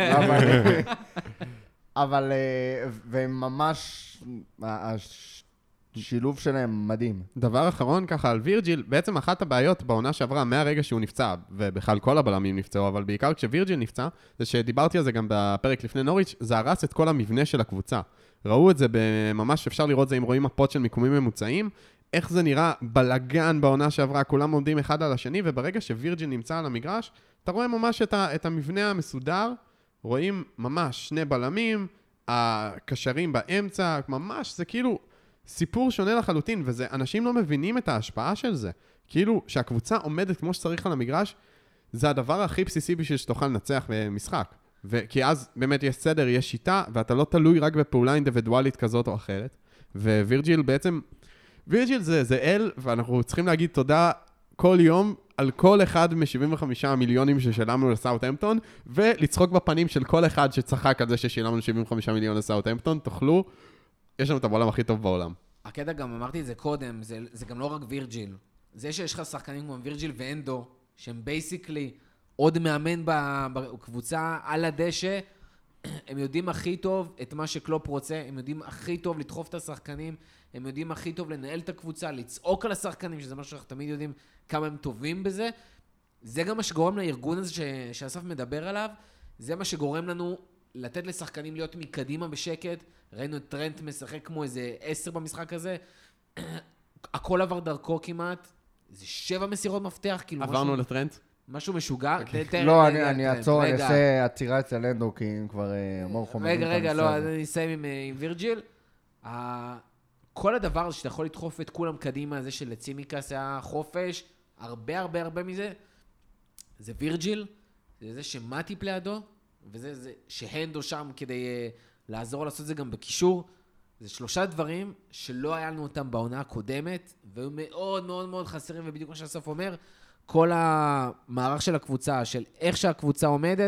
אבל וממש... שילוב שלהם מדהים. דבר אחרון ככה על וירג'יל, בעצם אחת הבעיות בעונה שעברה מהרגע שהוא נפצע, ובכלל כל הבלמים נפצעו, אבל בעיקר כשווירג'יל נפצע, זה שדיברתי על זה גם בפרק לפני נוריץ', זה הרס את כל המבנה של הקבוצה. ראו את זה ממש, אפשר לראות זה אם רואים מפות של מיקומים ממוצעים, איך זה נראה בלגן בעונה שעברה, כולם עומדים אחד על השני, וברגע שווירג'יל נמצא על המגרש, אתה רואה ממש את המבנה המסודר, רואים ממש 2 בלמים, הקשרים באמצע, ממש, זה כאילו סיפור שונה לחלוטין, וזה, אנשים לא מבינים את ההשפעה של זה. כאילו, שהקבוצה עומדת כמו שצריך על המגרש, זה הדבר הכי בסיסי בשביל שתוכל לנצח במשחק. כי אז באמת יש סדר, יש שיטה, ואתה לא תלוי רק בפעולה אינדיבידואלית כזאת או אחרת. ווירג'יל בעצם, וירג'יל זה אל, ואנחנו צריכים להגיד תודה כל יום על כל אחד מ-75 מיליונים ששילמנו לסאות'המפטון, ולצחוק בפנים של כל אחד שצחק על זה ששילמנו 75 מיליון לסאות'המפטון, תוכלו, יש לנו את הבעולם הכי טוב בעולם. הקטע גם, אמרתי את זה קודם, זה גם לא רק וירג'יל. זה שיש לך שחקנים כמו וירג'יל ואנדו, שהם בייסיקלי עוד מאמן בקבוצה על הדשא, הם יודעים הכי טוב את מה שקלופ רוצה, הם יודעים הכי טוב לדחוף את השחקנים, הם יודעים הכי טוב לנהל את הקבוצה, לצעוק על השחקנים, שזה משהו שאנחנו תמיד יודעים כמה הם טובים בזה. זה גם מה שגורם לארגון הזה שאסף מדבר עליו, זה מה שגורם לנו לתת לשחקנים להיות מקדימה בשקט. ראינו את טרנט משחק כמו איזה 10 במשחק הזה, הכל עבר דרכו כמעט, זה 7 מסירות מפתח, כאילו עברנו לטרנט? משהו משוגע. לא, אני אעצור, אני אעשה עצירה אצל אנדו, כי הם כבר אמור חומרים. רגע, לא, אני אסיים עם וירג'יל. כל הדבר הזה שאתה יכול לדחוף את כולם קדימה, זה של צימקס היה חופש, הרבה מזה, זה וירג'יל, זה שמטיפ לידו, וזה שהנדו שם כדי לעזור לעשות את זה גם בקישור. זה 3 דברים שלא היה לנו אותם בעונה הקודמת, והיו מאוד מאוד מאוד חסרים, ובדיוק מה שהסוף אומר, כל המערך של הקבוצה, של איך שהקבוצה עומדת,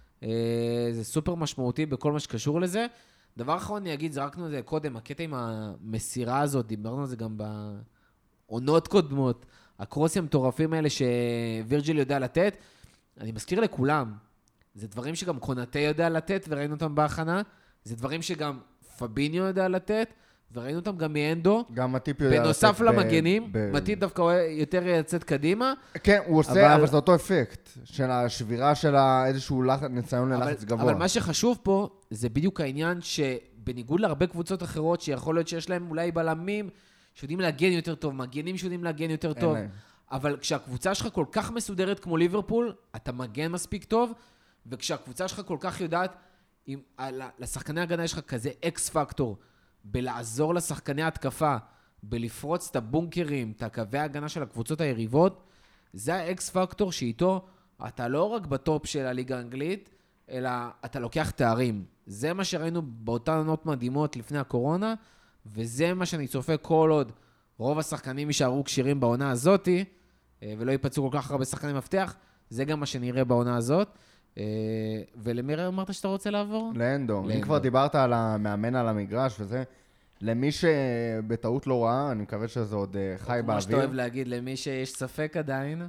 זה סופר משמעותי בכל מה שקשור לזה. דבר אחרון אני אגיד, זרקנו את זה קודם, הקטע עם המסירה הזאת, דיברנו על זה גם בעונות קודמות, הקרוסים המטורפים האלה שווירג'יל יודע לתת, אני מזכיר לכולם, זה דברים שגם קונאטה יודע לתת, וראינו אותם בהכנה, זה דברים שגם פביניו יודע לתת, וראינו אותם גם מאנדו. גם מטיפ יודע לתת. בנוסף למגנים, מטיפ דווקא יותר יצאת קדימה. כן, הוא עושה, אבל זה אותו אפקט, של השבירה של איזשהו ניסיון ללחץ גבוה. אבל מה שחשוב פה, זה בדיוק העניין שבניגוד להרבה קבוצות אחרות, שיכול להיות שיש להם אולי בלמים, שיודעים להגן יותר טוב, מגנים שיודעים להגן יותר טוב, אבל כשהקבוצה שלך כל כך מסודרת כמו ליברפול, אתה מגן מספיק טוב, וכשהקבוצה שלך כל כך יודעת, לשחקני הגנה יש לך כזה אקס פקטור, בלעזור לשחקני התקפה, בלפרוץ את הבונקרים, את הקווי ההגנה של הקבוצות היריבות, זה האקס פקטור שאיתו אתה לא רק בטופ של הליגה האנגלית, אלא אתה לוקח תארים. זה מה שראינו באותן עונות מדהימות לפני הקורונה, וזה מה שאני צופה כל עוד רוב השחקנים יישארו כשירים בעונה הזאת, ולא ייפצעו כל כך הרבה שחקני מפתח, זה גם מה שנראה בעונה הזאת. ולמי אמרת שאתה רוצה לעבור? לאנדו. אם כבר דיברת על המאמן על המגרש וזה, למי שבטעות לא ראה, אני מקווה שזה עוד חי באוויר. כמו שאתה אוהב להגיד, למי שיש ספק עדיין.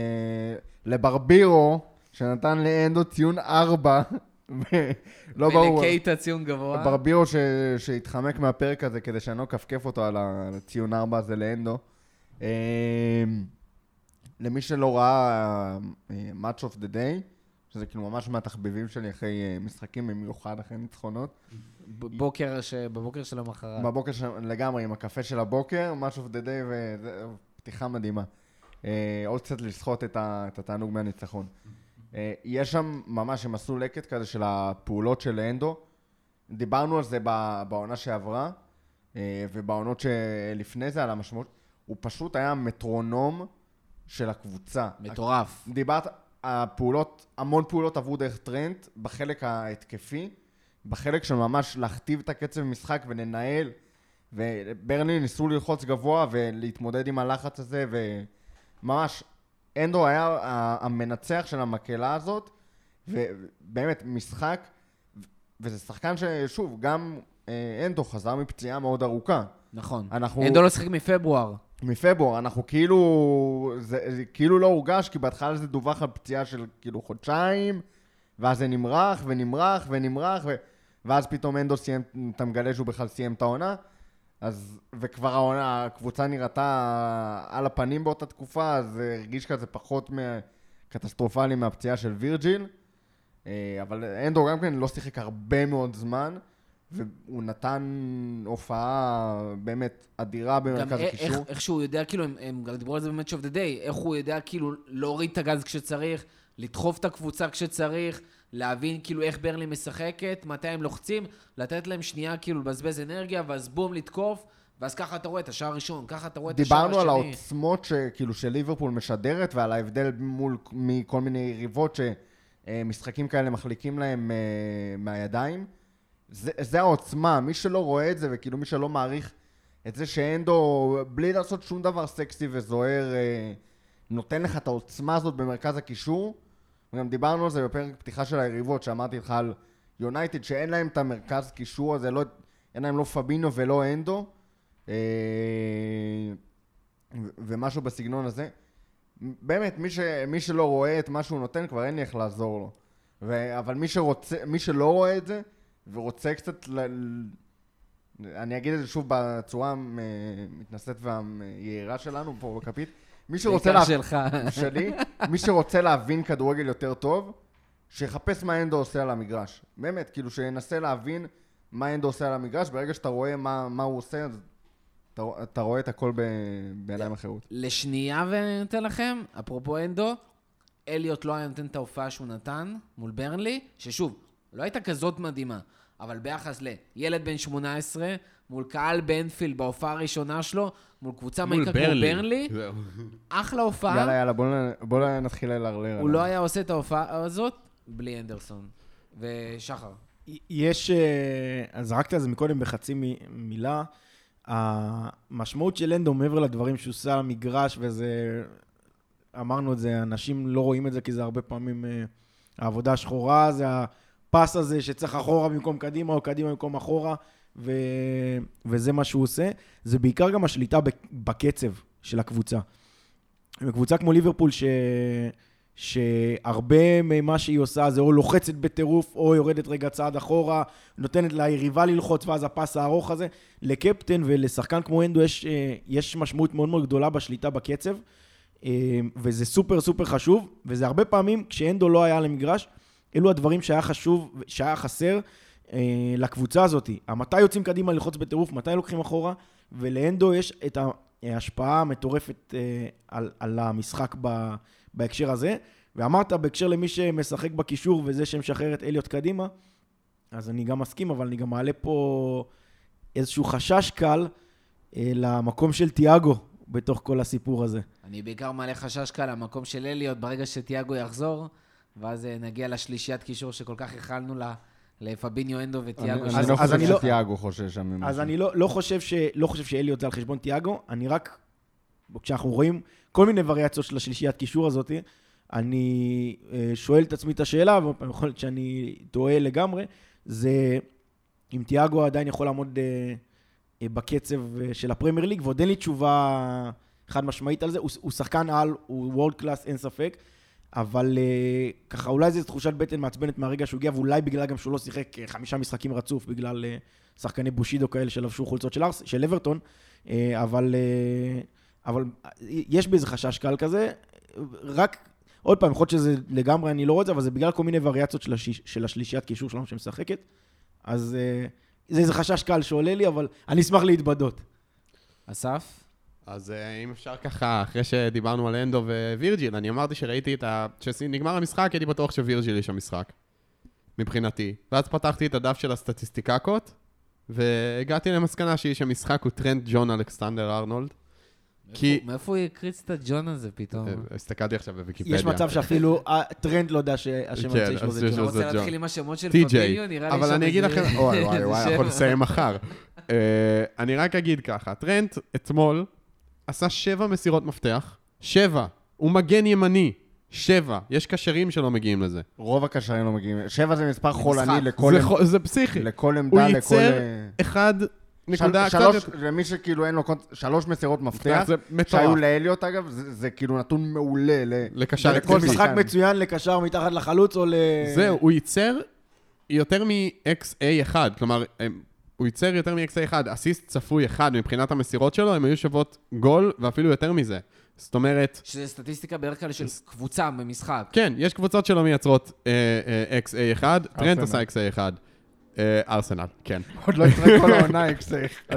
לברבירו, שנתן לאנדו ציון 4, לא ברור. ולקייטה ציון גבוה. ברבירו שהתחמק מהפרק הזה כדי שאני לא כפכף אותו על הציון 4 הזה לאנדו. למי שלא ראה Match of the Day, שזה כאילו ממש מהתחביבים שלי אחרי משחקים, במיוחד אחרי ניצחונות. בבוקר של המחרת. בבוקר לגמרי, עם הקפה של הבוקר, Match of the Day, ופתיחה מדהימה. עוד קצת לסחוט את התענוג מהניצחון. יש שם ממש, הם עשו לקט כזה של הפעולות של אנדו. דיברנו על זה בעונה שעברה, ובעונות שלפני זה, על המשמעות. הוא פשוט היה מטרונום של הקבוצה. מטורף. דיברת... המון פעולות עברו דרך טרנט, בחלק ההתקפי, בחלק של ממש להכתיב את הקצב במשחק ולנהל, וברנלי ניסו ללחוץ גבוה ולהתמודד עם הלחץ הזה, וממש, אנדו היה המנצח של המקהלה הזאת, ובאמת משחק, וזה שחקן ששוב, גם אנדו חזר מפציעה מאוד ארוכה. נכון. אנדו לא שחק מפברואר, אנחנו כאילו, זה כאילו לא הורגש, כי בהתחלה זה דווח על פציעה של כאילו חודשיים, ואז זה נמרח ונמרח ונמרח, ואז פתאום אנדו סיים, אתה מגלה שהוא בכלל סיים את העונה, וכבר הקבוצה נראתה על הפנים באותה תקופה, אז זה הרגיש כזה פחות קטסטרופלי מהפציעה של וירג'יל, אבל אנדו גם כן לא שיחק הרבה מאוד זמן, והוא נתן הופעה באמת אדירה במרכז הקישור. גם איך שהוא יודע, כאילו, הם גם דיברו על זה ב-Match of the Day, איך הוא יודע כאילו להוריד את הגז כשצריך, לדחוף את הקבוצה כשצריך, להבין כאילו איך ברלי משחקת, מתי הם לוחצים, לתת להם שנייה כאילו לבזבז אנרגיה, ואז בום לתקוף, ואז ככה אתה רואה את השער הראשון, ככה אתה רואה את השער השני. דיברנו על העוצמות שכאילו של ליברפול משדרת, ועל ההבדל מול מכל מיני יריבות שמשחקים כאלה מחליקים להם מהידיים. זה העוצמה, מי שלא רואה את זה, וכאילו מי שלא מעריך את זה שאנדו, בלי לעשות שום דבר סקסי וזוהר, נותן לך את העוצמה הזאת במרכז הקישור. וגם דיברנו על זה בפרק פתיחה של היריבות, שאמרתי לך על יונייטד, שאין להם את המרכז קישור הזה, אין להם לא פבינו ולא אנדו, ומשהו בסגנון הזה. באמת, מי שלא רואה את מה שהוא נותן, כבר אין לי איך לעזור לו. אבל מי שלא רואה את זה, ורוצה קצת, אני אגיד את זה שוב בצורה מתנשאת והיעירה שלנו פה בכפית, מי שרוצה להבין כדורגל יותר טוב, שיחפש מה אנדו עושה על המגרש. באמת, כאילו שינסה להבין מה אנדו עושה על המגרש, ברגע שאתה רואה מה הוא עושה, אז אתה רואה את הכל בעיניים אחרות. לשנייה ונתן לכם, אפרופו אנדו, אליוט לא היה נותן את ההופעה שהוא נתן מול ברנלי, ששוב, לא הייתה כזאת מדהימה, אבל ביחס לילד בן 18, מול קהל באנפילד בהופעה הראשונה שלו, מול קבוצה מעיקה כמו ברנלי, אחלה הופעה. יאללה, בוא נתחיל ללרלר. הוא לא היה עושה את ההופעה הזאת בלי אנדרסון. ושחר. יש, אז זרקת על זה מקודם בחצי מילה, המשמעות של אנדו מעבר לדברים שהוא עושה על המגרש, וזה, אמרנו את זה, אנשים לא רואים את זה, כי זה הרבה פעמים העבודה השחורה, זה הפס הזה שצריך אחורה במקום קדימה, או קדימה במקום אחורה, וזה מה שהוא עושה. זה בעיקר גם השליטה בקצב של הקבוצה. בקבוצה כמו ליברפול, שהרבה ממה שהיא עושה זה או לוחצת בטירוף, או יורדת רגע צעד אחורה, נותנת ליריבה ללחוץ, ואז הפס הארוך הזה. לקפטן ולשחקן כמו אנדו יש משמעות מאוד מאוד גדולה בשליטה בקצב, וזה סופר סופר חשוב, וזה הרבה פעמים כשאנדו לא היה על המגרש, אלו הדברים שהיה חשוב, שהיה חסר לקבוצה הזאת. מתי יוצאים קדימה ללחוץ בטירוף, מתי לוקחים אחורה, ולאנדו יש את ההשפעה המטורפת על המשחק בהקשר הזה. ואמרת בהקשר למי שמשחק בקישור וזה שמשחרר את אליוט קדימה, אז אני גם מסכים, אבל אני גם מעלה פה איזשהו חשש קל למקום של תיאגו בתוך כל הסיפור הזה. אני בעיקר מעלה חשש קל למקום של אליוט ברגע שתיאגו יחזור, ואז נגיע לשלישיית קישור שכל כך הכלנו לפביניו אנדו ותיאגו. אני לא חושב שתיאגו חושש שם ממשהו. אז אני לא חושב שאליוט זה על חשבון תיאגו, אני רק, כשאנחנו רואים כל מיני וריאציות של השלישיית קישור הזאת, אני שואל את עצמי את השאלה, ויכול להיות שאני טועה לגמרי, זה אם תיאגו עדיין יכול לעמוד בקצב של הפרמייר ליג, ועוד אין לי תשובה חד משמעית על זה, הוא שחקן על, הוא וורד קלאס, אין ספק, אבל ככה אולי זו תחושת בטן מעצבנת מהרגע שהוא הגיע, ואולי בגלל גם שהוא לא שיחק 5 משחקים רצוף, בגלל שחקני בושידו כאלה שלבשו חולצות של אברטון, אבל יש באיזה חשש קל כזה, רק עוד פעם, יכול להיות שזה לגמרי, אני לא רואה את זה, אבל זה בגלל כל מיני וריאציות של השלישיית קישור שלנו שמשחקת, אז זה איזה חשש קל שעולה לי, אבל אני אשמח להתבדות. אסף? אז אם אפשר ככה, אחרי שדיברנו על אנדו ווירג'יל, אני אמרתי שראיתי שנגמר המשחק, הייתי בטוח שווירג'יל יש המשחק, מבחינתי. ואז פתחתי את הדף של הסטטיסטיקקות, והגעתי למסקנה שיש המשחק הוא טרנט ג'ון אלכסנדר ארנולד. מאיפה הוא יקריץ את הג'ון הזה פתאום? הסתכלתי עכשיו בוויקיפדיה. יש מצב שאפילו הטרנד לא יודע שהשם המציא שלו זה ג'ון. אתה רוצה להתחיל עם השמות של פביניו? נראה לי אבל אני אגיד לכם, וואי, יכול לסיים מחר. אני רק אגיד ככה, טרנט אתמול עשה 7 מסירות מפתח, 7, הוא מגן ימני, 7, יש קשרים שלא מגיעים לזה. רוב הקשרים לא מגיעים, 7 זה מספר חולני לכל... זה פסיכי. לכל עמדה, הוא ייצר 1... למי שכאילו אין לו 3 מסירות מפתח, שהיו לאליוט אגב, זה כאילו נתון מעולה לקשר. לכל משחק מצוין לקשר מתחת לחלוץ או זהו, הוא ייצר יותר מ-XA1, כלומר, הוא ייצר יותר מ-XA1, אסיסט צפוי 1 מבחינת המסירות שלו, הם היו שוות גול ואפילו יותר מזה. זאת אומרת... שזה סטטיסטיקה בערך כלל של קבוצה במשחק. כן, יש קבוצות שלא מייצרות XA1, טרנט עשה XA1. ארסנל, כן. עוד לא יתראה כל העונה XA1.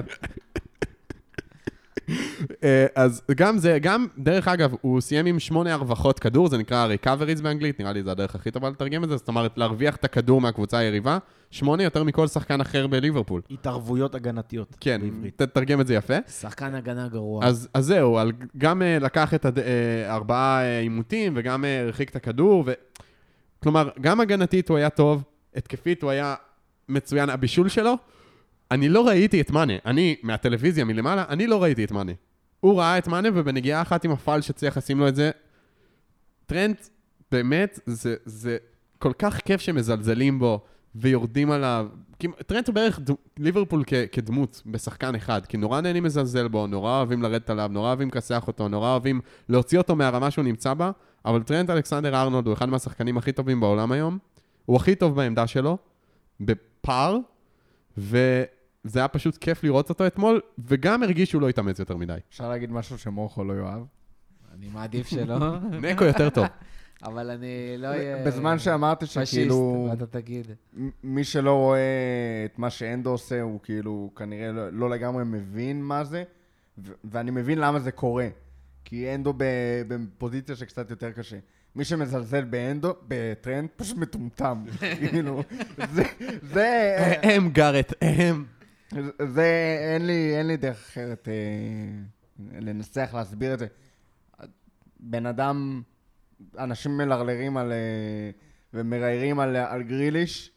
אז גם זה, גם דרך אגב, הוא סיים עם 8 הרווחות כדור, זה נקרא recoveries באנגלית, נראה לי זה הדרך הכי טובה לתרגם את זה, זאת אומרת, להרוויח את הכדור מהקבוצה היריבה, 8 יותר מכל שחקן אחר בליברפול. התערבויות הגנתיות. כן, תתרגם את זה יפה. שחקן הגנה גרוע. אז זהו, גם לקח את 4 עימותים, וגם הרחיק את הכדור, כלומר, גם הגנתית הוא היה טוב, התקפית הוא היה מצוין, הבישול שלו, אני לא ראיתי את מנה, אני מהטלוויזיה מלמעלה, אני לא ראיתי את מנה. הוא ראה את מנה ובנגיעה אחת עם הפעל שצריך לשים לו את זה. טרנט, באמת, זה כל כך כיף שמזלזלים בו ויורדים עליו. טרנט הוא בערך ליברפול כדמות בשחקן אחד, כי נורא נהנים מזלזל בו, נורא אוהבים לרדת עליו, נורא אוהבים כסח אותו, נורא אוהבים להוציא אותו מהרמה שהוא נמצא בה, אבל טרנט אלכסנדר ארנולד הוא אחד מהשחקנים הכי טובים בעולם היום, הוא הכי טוב בעמדה שלו, בפאר, וזה היה פשוט כיף לראות אותו אתמול, וגם הרגיש שהוא לא התאמץ יותר מדי. אפשר להגיד משהו שמורכו לא יאהב? אני מעדיף שלא. נקו יותר טוב. אבל אני לא אהיה... בזמן שאמרתי שכאילו... פשיסט, אתה תגיד. מי שלא רואה את מה שאנדו עושה, הוא כאילו כנראה לא לגמרי מבין מה זה, ואני מבין למה זה קורה. כי אנדו בפוזיציה שקצת יותר קשה. מי שמזלזל באנדו, בטרנד, פשוט מטומטם. כאילו, זה... גארט, זה, אין לי דרך אחרת לנסח, להסביר את זה. בן אדם, אנשים מלרלרים ומראיירים על גריליש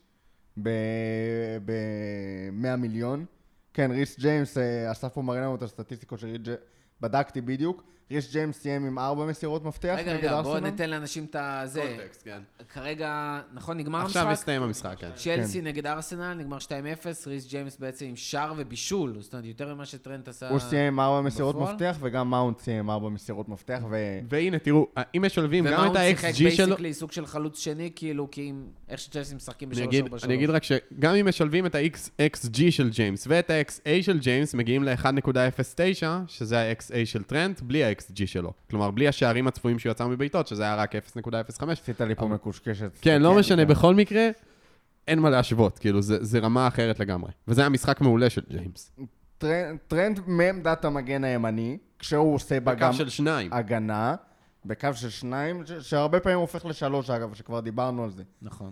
ב-100 מיליון. כן, ריס ג'יימס, אסף פה מראה לנו את הסטטיסטיקות של ריס ג'יימס, בדקתי בדיוק. ריס ג'יימס סיים עם 4 מסירות מפתח נגד ארסנל. רגע, בואו ניתן לאנשים את זה. קונטקסט, כן. כרגע, נכון, נגמר המשחק? עכשיו מסתיים המשחק, כן. צ'לסי נגד ארסנל, נגמר 2-0, ריס ג'יימס בעצם עם שער ובישול, זאת אומרת, יותר ממה שטרנט עשה... הוא סיים עם 4 מסירות בפועל? מפתח, וגם מאונט סיים עם 4 מסירות מפתח, והנה, תראו, אם משלבים גם את ומאונט ה-XG שיחק שלו... בייסיקלי סוג של חלוץ שני, כאילו, כי איך שצ'לסי משחקים ב-3-4-3. אני אגיד רק שגם אם משלבים את ה-XG של ג'יימס ואת ה-XA של ג'יימס, מגיעים ל-1.09, שזה ה-XA של טרנט, בלי ה-XG שלו. כלומר, בלי השערים הצפויים שהוא יצא מביתות, שזה היה רק 0.05. עשית לי פה מקושקשת. כן, לא משנה, בכל מקרה, אין מה להשוות, כאילו, זה רמה אחרת לגמרי. וזה היה משחק מעולה של ג'יימס. טרנד מעמדת המגן הימני, כשהוא עושה בה גם בקו של 2. הגנה, בקו של 2, שהרבה פעמים הופך ל3, אגב, שכבר דיברנו על זה. נכון.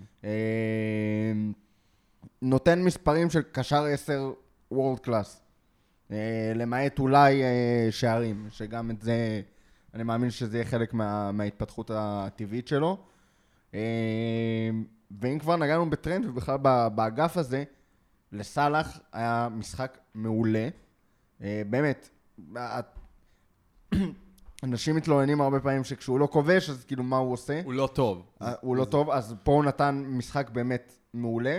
נותן מספרים של קשר 10 וורד קלאס. למעט אולי שערים, שגם את זה, אני מאמין שזה יהיה חלק מההתפתחות הטבעית שלו. ואם כבר נגענו בטרנד, ובכלל באגף הזה, לסלח היה משחק מעולה. באמת, אנשים מתלוננים הרבה פעמים שכשהוא לא כובש, אז כאילו מה הוא עושה? הוא לא טוב. הוא לא טוב, אז פה הוא נתן משחק באמת מעולה.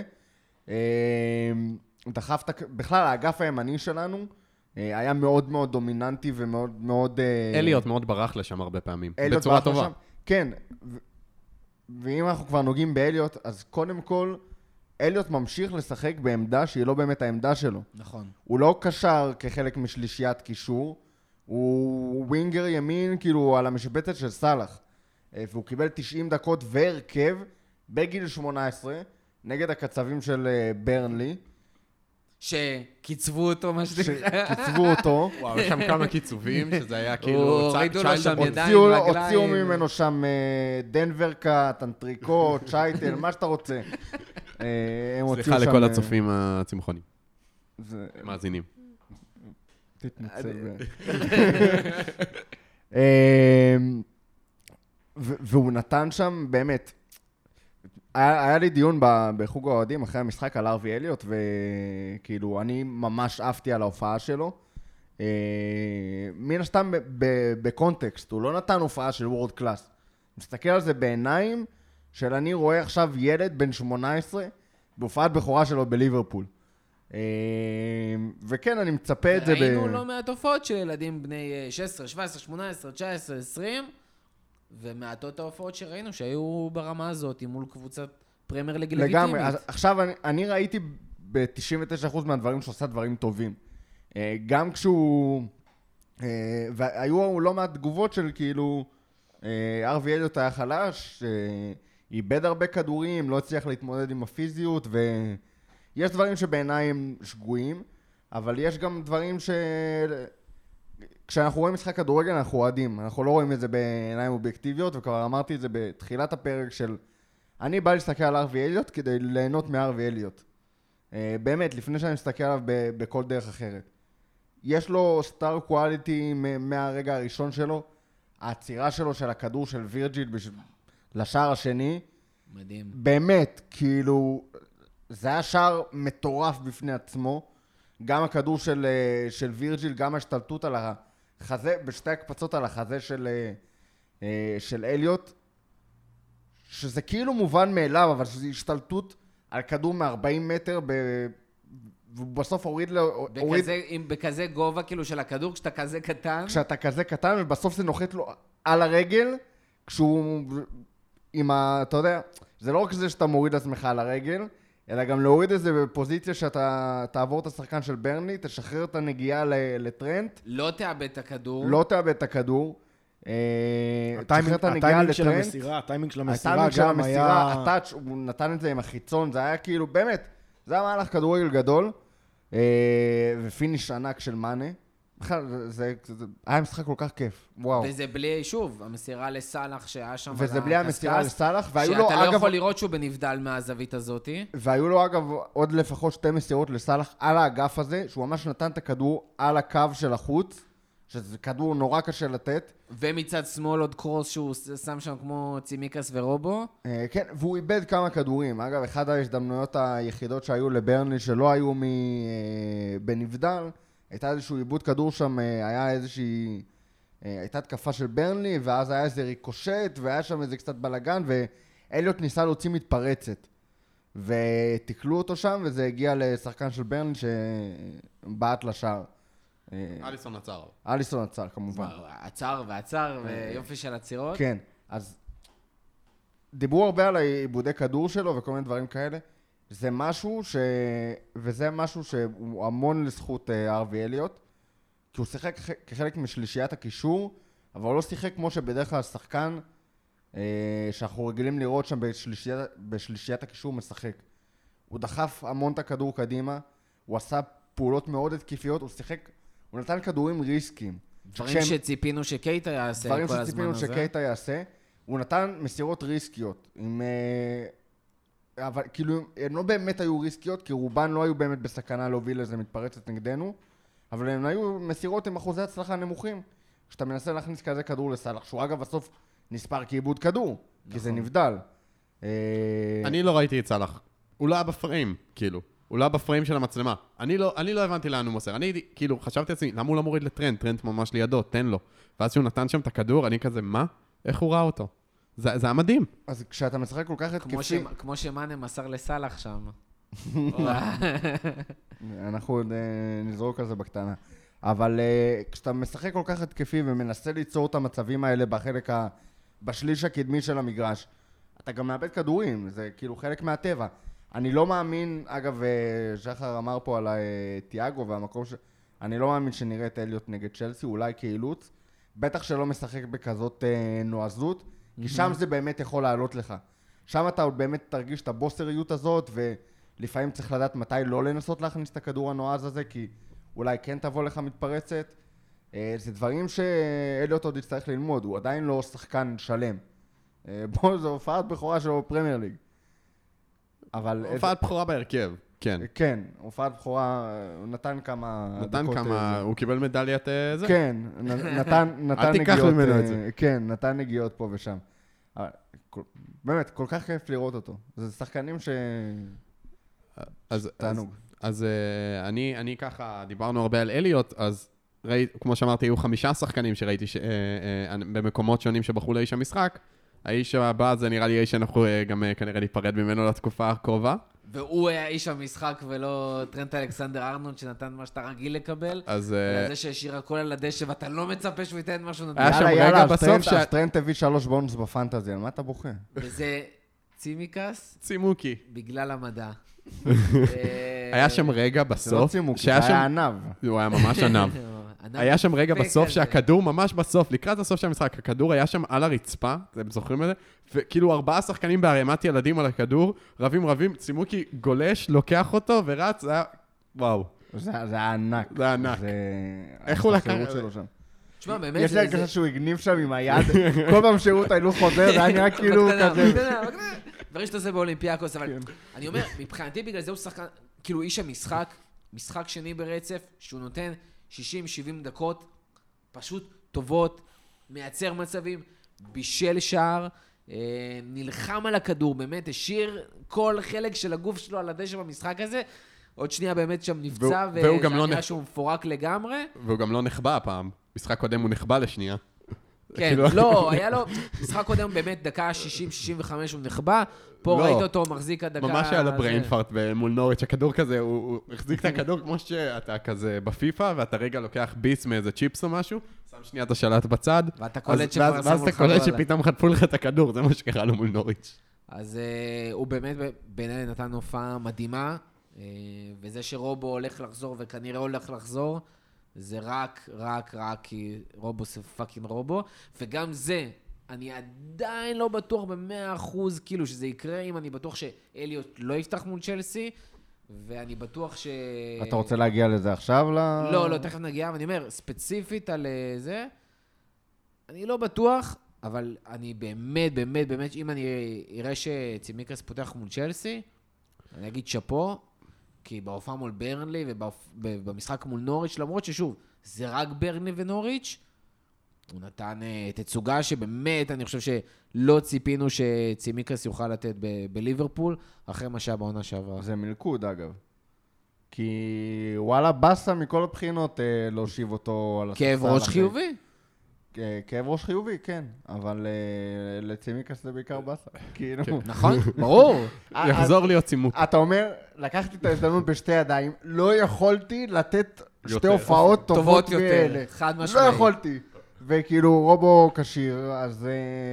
דחף, בכלל, האגף הימני שלנו היה מאוד מאוד דומיננטי ומאוד מאוד... אליוט מאוד ברח לשם הרבה פעמים, אליוט בצורה ברח טובה. לשם. כן, ואם אנחנו כבר נוגעים באליוט, אז קודם כל, אליוט ממשיך לשחק בעמדה שהיא לא באמת העמדה שלו. נכון. הוא לא קשר כחלק משלישיית קישור, הוא ווינגר ימין, כאילו, על המשבצת של סלח. והוא קיבל 90 דקות והרכב בגיל 18, נגד הקצבים של ברנלי. שקיצבו אותו, מה שנקרא. שקיצבו אותו. וואו, יש שם כמה קיצובים, שזה היה כאילו... הורידו לו שם ידיים, הוציאו רגליים. ממנו שם דנברקה, טנטריקו, צ'ייטל, מה שאתה רוצה. סליחה לכל הצופים הצמחונים. מאזינים. תתנצל. והוא נתן שם באמת, היה לי דיון בחוג האוהדים אחרי המשחק על ארווי אליוט, וכאילו אני ממש עפתי על ההופעה שלו. מן הסתם בקונטקסט, הוא לא נתן הופעה של וורד קלאס. מסתכל על זה בעיניים של אני רואה עכשיו ילד בן 18 בהופעת בכורה שלו בליברפול. וכן, אני מצפה את זה ראינו לא מעט הופעות של ילדים בני 16, 17, 18, 19, 20, ומעטות ההופעות שראינו שהיו ברמה הזאת מול קבוצת פרמייר ליג לגיטימית. לגמרי, עכשיו אני ראיתי ב-99% מהדברים שעושה דברים טובים. גם כשהוא... והיו לא מעט תגובות של כאילו... ארווי אליוט היה חלש, איבד הרבה כדורים, לא הצליח להתמודד עם הפיזיות, ויש דברים שבעיניי הם שגויים, אבל יש גם דברים כשאנחנו רואים משחק כדורגל אנחנו אוהדים, אנחנו לא רואים את זה בעיניים אובייקטיביות, וכבר אמרתי את זה בתחילת הפרק של אני בא להסתכל על ארווי אליוט כדי ליהנות מארווי אליוט. באמת, לפני שאני מסתכל עליו בכל דרך אחרת. יש לו סטאר קואליטי מהרגע הראשון שלו, העצירה שלו של הכדור של וירג'יל לשער השני. מדהים. באמת, כאילו, זה היה שער מטורף בפני עצמו. גם הכדור של וירג'יל, גם ההשתלטות על החזה, בשתי הקפצות על החזה של אליוט, שזה כאילו מובן מאליו, אבל שזו השתלטות על כדור מ-40 מטר, ובסוף הוריד לו... בכזה גובה כאילו של הכדור, כשאתה כזה קטן. כשאתה כזה קטן, ובסוף זה נוחת לו על הרגל, כשהוא עם אתה יודע, זה לא רק זה שאתה מוריד עצמך על הרגל, אלא גם להוריד את זה בפוזיציה שאתה תעבור את השחקן של ברנלי, תשחרר את הנגיעה לטרנט. לא תאבד את הכדור. לא תאבד את הכדור. הטיימינג של המסירה גם היה... הטאץ', הוא נתן את זה עם החיצון, זה היה כאילו, באמת, זה היה מהלך כדורגל גדול, ופיניש ענק של מאנה. בכלל, זה היה משחק כל כך כיף, וואו. וזה בלי, שוב, המסירה לסלח שהיה שם... וזה בלי המסירה לסלח, והיו לו, שאתה לא אגב... יכול לראות שהוא בנבדל מהזווית הזאת. והיו לו, אגב, עוד לפחות 2 מסירות לסלח על האגף הזה, שהוא ממש נתן את הכדור על הקו של החוץ, שזה כדור נורא קשה לתת. ומצד שמאל עוד קרוס שהוא שם שם כמו צימיקס ורובו. כן, והוא איבד כמה כדורים. אגב, אחד ההזדמנויות היחידות שהיו לברנלי שלא היו בנבדל, הייתה איזשהו איבוד כדור שם, הייתה תקפה של ברנלי, ואז היה איזה ריקושט, והיה שם איזה קצת בלגן, ואליוט ניסה להוציא מתפרצת. ותקלו אותו שם, וזה הגיע לשחקן של ברנלי שבעט לשער. אליסון עצר, כמובן. עצר, ויופי של עצירות. כן, אז דיברו הרבה על העיבודי כדור שלו וכל מיני דברים כאלה. זה משהו וזה משהו שהוא המון לזכות ארווי אליוט, כי הוא שיחק כחלק משלישיית הקישור, אבל הוא לא שיחק כמו שבדרך כלל שחקן שאנחנו רגילים לראות שם בשלישיית הקישור משחק. הוא דחף המון את הכדור קדימה, הוא עשה פעולות מאוד התקיפיות, הוא נתן כדורים ריסקים. דברים שציפינו שקייטה יעשה כל הזמן הזה. דברים שציפינו שקייטה יעשה. הוא נתן מסירות ריסקיות. אבל כאילו, הן לא באמת היו ריסקיות, כי רובן לא היו באמת בסכנה להוביל איזה מתפרצת נגדנו, אבל הן היו מסירות עם אחוזי הצלחה נמוכים. כשאתה מנסה להכניס כזה כדור לסלח, שהוא אגב בסוף נספר כאיבוד כדור, כי זה נבדל. אני לא ראיתי את סלח. הוא לא היה בפריים, כאילו. הוא לא היה בפריים של המצלמה. אני לא הבנתי לאן הוא מוסר. אני כאילו חשבתי לעצמי, למה הוא לא מוריד לטרנט? טרנט ממש לידו, תן לו. ואז שהוא נתן שם את הכדור, אני כזה, מה? איך הוא ראה אותו? זה היה מדהים. אז כשאתה משחק כל כך התקפי... כמו שמאנה מסר לסלח שם. אנחנו עוד נזרוק על זה בקטנה. אבל כשאתה משחק כל כך התקפי ומנסה ליצור את המצבים האלה בשליש הקדמי של המגרש, אתה גם מאבד כדורים, זה כאילו חלק מהטבע. אני לא מאמין, אגב, שחר אמר פה על תיאגו והמקום אני לא מאמין שנראה את אליוט נגד צ'לסי, אולי כאילוץ. בטח שלא משחק בכזאת נועזות, כי שם זה באמת יכול לעלות לך. שם אתה עוד באמת תרגיש את הבוסריות הזאת, ולפעמים צריך לדעת מתי לא לנסות להכניס את הכדור הנועז הזה, כי אולי כן תבוא לך מתפרצת. זה דברים שאליוט עוד יצטרך ללמוד, הוא עדיין לא שחקן שלם. בוא, זו הופעת בכורה שלו בפרמייר ליג. הופעת בכורה בהרכב, כן. כן, הופעת בכורה, הוא נתן כמה... הוא קיבל מדליית זה? כן, נתן נגיעות... אל תיקח ממנו את זה. כן, נתן נגיעות פה ושם. באמת, כל כך כיף לראות אותו. זה שחקנים תענוג. אז אני ככה, דיברנו הרבה על אליוט, אז כמו שאמרתי, היו 5 שחקנים שראיתי במקומות שונים שבחרו לאיש המשחק. האיש הבא זה נראה לי איש שאנחנו גם כנראה ניפרד ממנו לתקופה הקרובה. והוא היה איש המשחק ולא טרנט אלכסנדר ארנולד שנתן מה שאתה רגיל לקבל. אז... זה שהשאיר הכל על הדשא ואתה לא מצפה שהוא ייתן משהו נדמה. היה שם רגע בסוף אז טרנט הביא 3 בונוס בפנטזי, על מה אתה בוכה? וזה צימיקס? צימוקי. בגלל המדע. היה שם רגע בסוף... זה לא צימוקי, זה היה ענב. הוא היה ממש ענב. היה שם רגע בסוף שהכדור ממש בסוף, לקראת הסוף של המשחק, הכדור היה שם על הרצפה, אתם זוכרים את זה? וכאילו 4 שחקנים בערימת ילדים על הכדור, רבים, צימוקי גולש, לוקח אותו ורץ, זה היה... וואו. זה היה ענק. זה היה ענק. איך הוא לקח את זה? תשמע, באמת... יש לי הרגשה שהוא הגניב שם עם היד, כל פעם שירות האלו חוזר, זה היה נראה כאילו כזה... דברים שאתה עושה באולימפיאקוס, אבל אני אומר, מבחינתי בגלל זה הוא שחקן, כאילו איש המשחק, משחק שני ברצף, שהוא נותן 60-70 דקות, פשוט טובות, מייצר מצבים, בישל שער, נלחם על הכדור, באמת, השאיר כל חלק של הגוף שלו על הדשא במשחק הזה, עוד שנייה באמת שם נפצע, ונראה שהוא מפורק לגמרי. והוא גם לא נחבא הפעם, משחק קודם הוא נחבא לשנייה. כן, לא, היה לו, משחק קודם באמת דקה 60-65 הוא נחבא, פה ראית אותו מחזיק הדקה... ממש היה לו בריינפארט מול נוריץ', הכדור כזה, הוא החזיק את הכדור כמו שאתה כזה בפיפה, ואתה רגע לוקח ביס מאיזה צ'יפס או משהו, שם שנייה את השלט בצד, ואתה קולט שכבר ואז אתה קולט שפתאום חטפו לך את הכדור, זה מה שקרה לו מול נוריץ'. אז הוא באמת בעיניי נתן הופעה מדהימה, וזה שרובו הולך לחזור וכנראה הולך לחזור, זה רק כי רובו זה פאקינג רובו, וגם זה, אני עדיין לא בטוח ב100% כאילו שזה יקרה, אם אני בטוח שאליוט לא יפתח מול צ'לסי, ואני בטוח ש... אתה רוצה להגיע לזה עכשיו? לא, תכף נגיע, ואני אומר, ספציפית על זה, אני לא בטוח, אבל אני באמת, אם אני אראה שצימיקס פותח מול צ'לסי, אני אגיד שפו, כי בהופעה מול ברנלי ובמשחק מול נוריץ', למרות ששוב, זה רק ברנלי ונוריץ', הוא נתן תצוגה שבאמת, אני חושב שלא ציפינו שצימיקס יוכל לתת בליברפול, אחרי מה שהיה בעונה שעברה. זה מלכוד, אגב. כי וואלה, בסה מכל הבחינות להושיב אותו על הספסל. כאב ראש חיובי? כאב ראש חיובי, כן. אבל לצימיקס זה בעיקר בסה. כאילו... נכון, ברור. יחזור להיות צימוק. אתה אומר, לקחתי את ההזדמנות בשתי ידיים, לא יכולתי לתת שתי הופעות טובות יותר, חד משמעי. לא יכולתי. וכאילו רובו קשיר, אז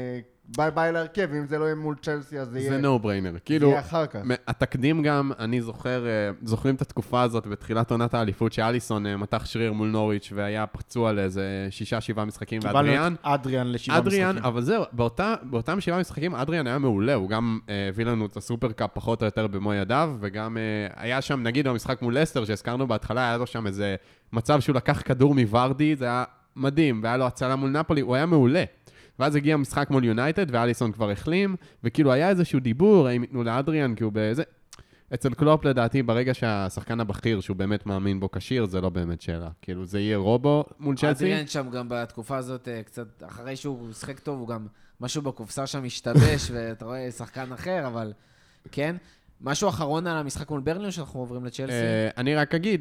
ביי להרכב, אם זה לא יהיה מול צ'לסי, אז זה יהיה... זה נו בריינר. כאילו, זה יהיה אחר כך. התקדים גם, אני זוכרים את התקופה הזאת בתחילת עונת האליפות, שאליסון מתח שריר מול נוריץ' והיה פצוע לאיזה 6-7 משחקים, ואדריאן... אדריאן ל7 משחקים. אבל זהו, באותם 7 משחקים, אדריאן היה מעולה, הוא גם הביא לנו את הסופרקאפ פחות או יותר במו ידיו, וגם היה שם, נגיד במשחק מול לסטר, שהזכרנו בהתחלה, היה לו שם איזה מצב שהוא לקח כדור מוורדי, זה היה מדהים, והיה לו הצלה מול נפולי, הוא היה מעולה. ואז הגיע משחק מול יונייטד, ואליסון כבר החלים, וכאילו היה איזשהו דיבור, האם ייתנו לאדריאן, כי הוא באיזה... אצל קלופ לדעתי, ברגע שהשחקן הבכיר, שהוא באמת מאמין בו קשיר, זה לא באמת שאלה. כאילו, זה יהיה רובו מול צ'לסי. אדריאן שם גם בתקופה הזאת, קצת אחרי שהוא שחק טוב, הוא גם משהו בקופסה שם משתבש, ואתה רואה שחקן אחר, אבל כן. משהו אחרון על המשחק מול ברנלי, או שאנחנו עוברים לצ'לסי? אני רק אגיד,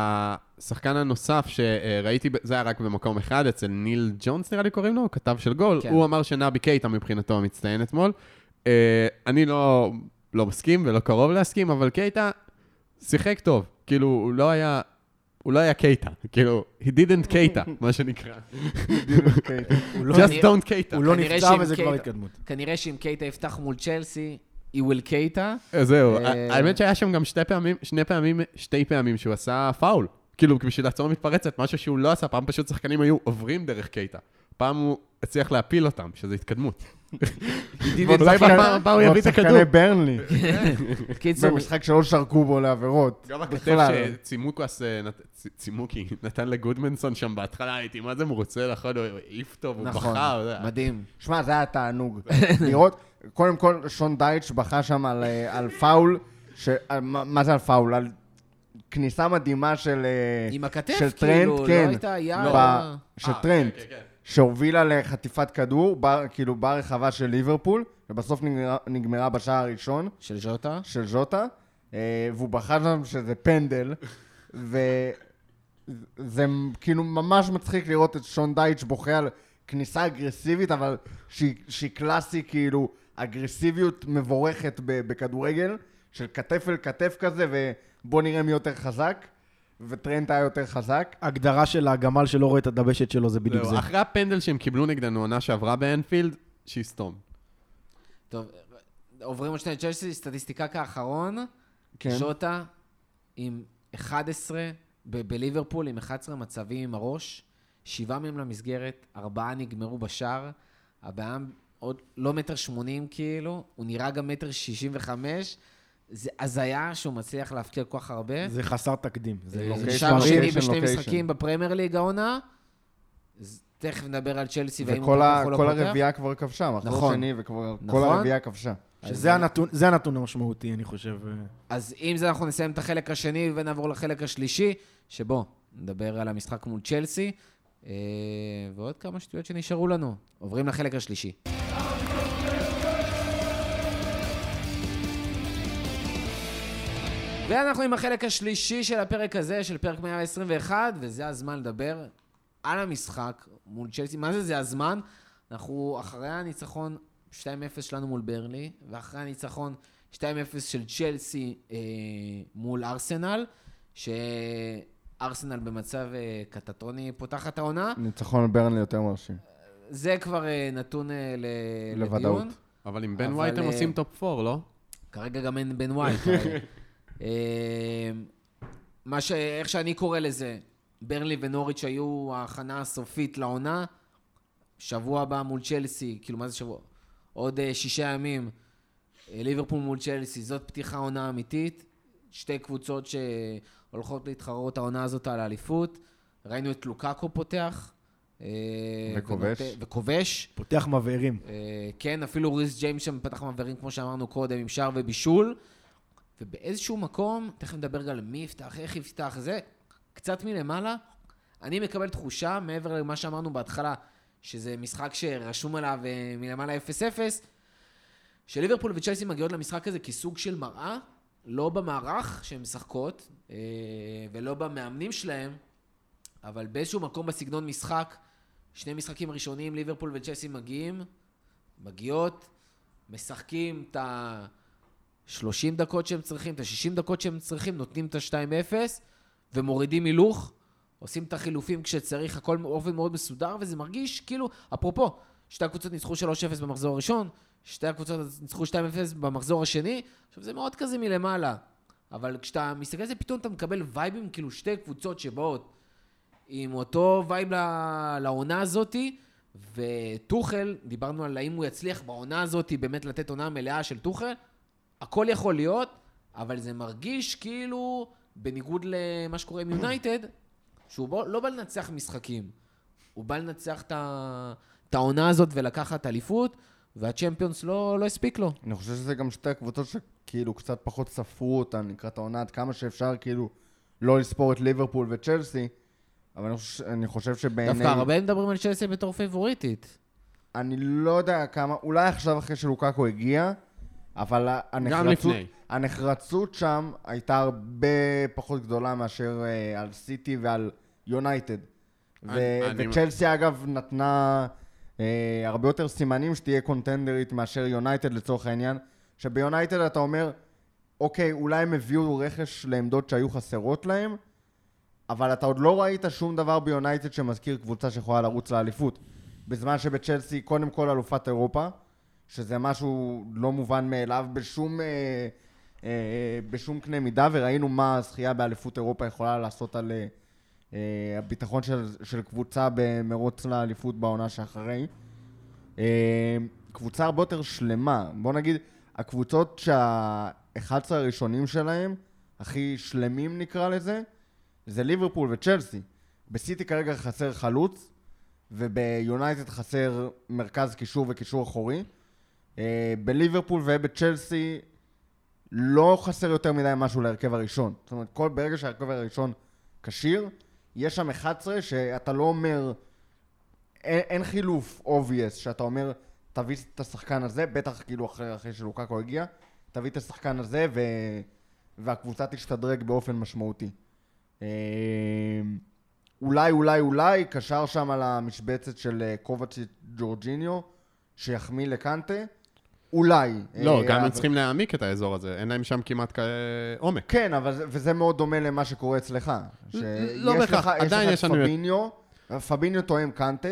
השחקן הנוסף שראיתי, זה היה רק במקום אחד, אצל ניל ג'ונס נראה לי קוראים לו, כתב של גול, הוא אמר שנאבי קייטה מבחינתו מצטיין אתמול. אני לא מסכים ולא קרוב להסכים, אבל קייטה שיחק טוב, כאילו הוא לא היה קייטה, כאילו, he didn't קייטה, מה שנקרא. just don't קייטה. הוא לא נפצע וזה כבר התקדמות. כנראה שאם קייטה יפתח מול צ'לסי, he will קייטה. זהו, האמת שהיה שם גם שתי פעמים שהוא עשה פאול. כאילו, בשביל לעצור מתפרצת, משהו שהוא לא עשה, פעם פשוט שחקנים היו עוברים דרך קייטה. פעם הוא הצליח להפיל אותם, שזה התקדמות. אולי פעם הוא יביא את הכדור. שחקני ברנלי. קיצור. במשחק שלא שרקו בו לעבירות. גם הכתב שצימוקי נתן לגודמנסון שם בהתחלה, הייתי, מה זה מרוצה לכון, הוא העיף טוב, הוא בכה. מדהים. שמע, זה היה תענוג. לראות, קודם כל, שון דייץ' בכה שם על פאול, מה זה על פאול? על כניסה מדהימה של עם הכתף, כאילו, לא הייתה יד. של טרנט. שהובילה לחטיפת כדור, כאילו ברחבה של ליברפול, ובסוף נגמרה בשער הראשון. של ז'וטה? של ז'וטה, והוא בחר שם שזה פנדל, וזה כאילו ממש מצחיק לראות את שון דייץ' בוכה על כניסה אגרסיבית, אבל שהיא קלאסי, כאילו אגרסיביות מבורכת בכדורגל, של כתף אל כתף כזה, ובוא נראה מי יותר חזק. וטרנט היה יותר חזק. הגדרה של הגמל שלא רואה את הדבשת שלו, זה בדיוק זה. אחרי הפנדל שהם קיבלו נגדנו, עונה שעברה באנפילד, שיסתום. טוב, עוברים עוד שני צ'לסי, סטטיסטיקה כאחרון. ז'וטה עם 11, בליברפול עם 11 מצבים עם הראש, 7 מהם למסגרת, 4 נגמרו בשער, הבעם עוד לא 1.80 כאילו, הוא נראה גם 1.65, זה הזיה שהוא מצליח להפקיע כל כך הרבה. זה חסר תקדים. זה שם שני בשני משחקים בפרמייר ליג העונה. תכף נדבר על צ'לסי והאם הוא פותח או לא פותח. וכל הרביעה כבר כבשה, מחזור שני וכל הרביעה כבשה. זה הנתון המשמעותי, אני חושב. אז אם זה אנחנו נסיים את החלק השני ונעבור לחלק השלישי, שבו נדבר על המשחק מול צ'לסי, ועוד כמה שטויות שנשארו לנו. עוברים לחלק השלישי. ואנחנו עם החלק השלישי של הפרק הזה, של פרק 121, וזה הזמן לדבר על המשחק מול צ'לסי. מה זה? זה הזמן. אנחנו אחרי הניצחון 2-0 שלנו מול ברנלי, ואחרי הניצחון 2-0 של צ'לסי מול ארסנל, שארסנל במצב קטטוני פותחת העונה. ניצחון ברנלי יותר מרשים. זה כבר נתון לוודאות. לדיון. אבל עם בן אבל, ווייט הם עושים טופ 4, לא? כרגע גם אין בן ווייט. איך שאני קורא לזה, ברנלי ונוריץ' היו ההכנה הסופית לעונה, שבוע הבא מול צ'לסי, כאילו מה זה שבוע? עוד 6 ימים, ליברפול מול צ'לסי, זאת פתיחה עונה אמיתית, 2 קבוצות שהולכות להתחרות העונה הזאת על האליפות, ראינו את לוקאקו פותח, וכובש. פותח מבערים. כן, אפילו ריס ג'יימס שם פתח מבערים, כמו שאמרנו קודם, עם שער ובישול, ובאיזשהו מקום, תכף נדבר גם על מי יפתח, איך יפתח, זה קצת מלמעלה. אני מקבל תחושה, מעבר למה שאמרנו בהתחלה, שזה משחק שרשום עליו מלמעלה 0-0, שליברפול וצ'לסי מגיעות למשחק הזה כסוג של מראה, לא במערך שהן משחקות, ולא במאמנים שלהם, אבל באיזשהו מקום בסגנון משחק, 2 משחקים ראשונים, ליברפול וצ'לסי מגיעות, משחקים את ה-30 דקות שהם צריכים, את ה-60 דקות שהם צריכים, נותנים את ה-2-0, ומורידים הילוך, עושים את החילופים כשצריך, הכל באופן מאוד מסודר, וזה מרגיש כאילו, אפרופו, 2 הקבוצות ניצחו 3-0 במחזור הראשון, 2 הקבוצות ניצחו 2-0 במחזור השני, עכשיו זה מאוד כזה מלמעלה, אבל כשאתה מסתכל על זה, פתאום אתה מקבל וייבים, כאילו 2 קבוצות שבאות עם אותו וייב לעונה הזאת, וטוחל, דיברנו על האם הוא יצליח בעונה הזאת באמת לתת עונה מלאה של טוחל, הכל יכול להיות, אבל זה מרגיש כאילו, בניגוד למה שקורה עם יונייטד, שהוא לא בא לנצח משחקים, הוא בא לנצח את העונה הזאת ולקחת אליפות, והצ'מפיונס לא הספיק לו. אני חושב שזה גם 2 הקבוצות שכאילו קצת פחות ספרו אותן לקראת העונה, עד כמה שאפשר כאילו לא לספור את ליברפול וצ'לסי, אבל אני חושב שבעיני... דווקא הרבה מדברים על צ'לסי בתור פייבוריטית. אני לא יודע כמה, אולי עכשיו אחרי שלוקאקו הגיע, אבל הנחרצות שם הייתה הרבה פחות גדולה מאשר על סיטי ועל יונייטד. וצ'לסי אגב נתנה הרבה יותר סימנים שתהיה קונטנדרית מאשר יונייטד לצורך העניין, שביונייטד אתה אומר, אוקיי, אולי הם הביאו רכש לעמדות שהיו חסרות להם, אבל אתה עוד לא ראית שום דבר ביונייטד שמזכיר קבוצה שיכולה לרוץ לאליפות. בזמן שבצ'לסי קודם כל אלופת אירופה, שזה משהו לא מובן מאליו בשום קנה מידה, וראינו מה הזכייה באליפות אירופה יכולה לעשות על הביטחון של קבוצה במרוץ לאליפות בעונה שאחרי. קבוצה הרבה יותר שלמה. בוא נגיד, הקבוצות שה-11 הראשונים שלהם, הכי שלמים נקרא לזה, זה ליברפול וצ'לסי. בסיטי כרגע חסר חלוץ, וביונייטד חסר מרכז קישור וקישור אחורי. בליברפול ובצ'לסי לא חסר יותר מדי משהו להרכב הראשון. זאת אומרת, ברגע שהרכב הראשון קשיר, יש שם 11 שאתה לא אומר, אין חילוף obvious, שאתה אומר, תביא את השחקן הזה, בטח כאילו אחרי שלוקאקו הגיע, תביא את השחקן הזה והקבוצה תשתדרג באופן משמעותי. אולי קשר שם על המשבצת של קובצ'יץ' ג'ורג'יניו, שיחמיא לקנטה, אולי. לא, גם הם צריכים להעמיק את האזור הזה, אין להם שם כמעט עומק. כן, וזה מאוד דומה למה שקורה אצלך. לא בכך, עדיין יש לנו... פביניו תואם קנטה.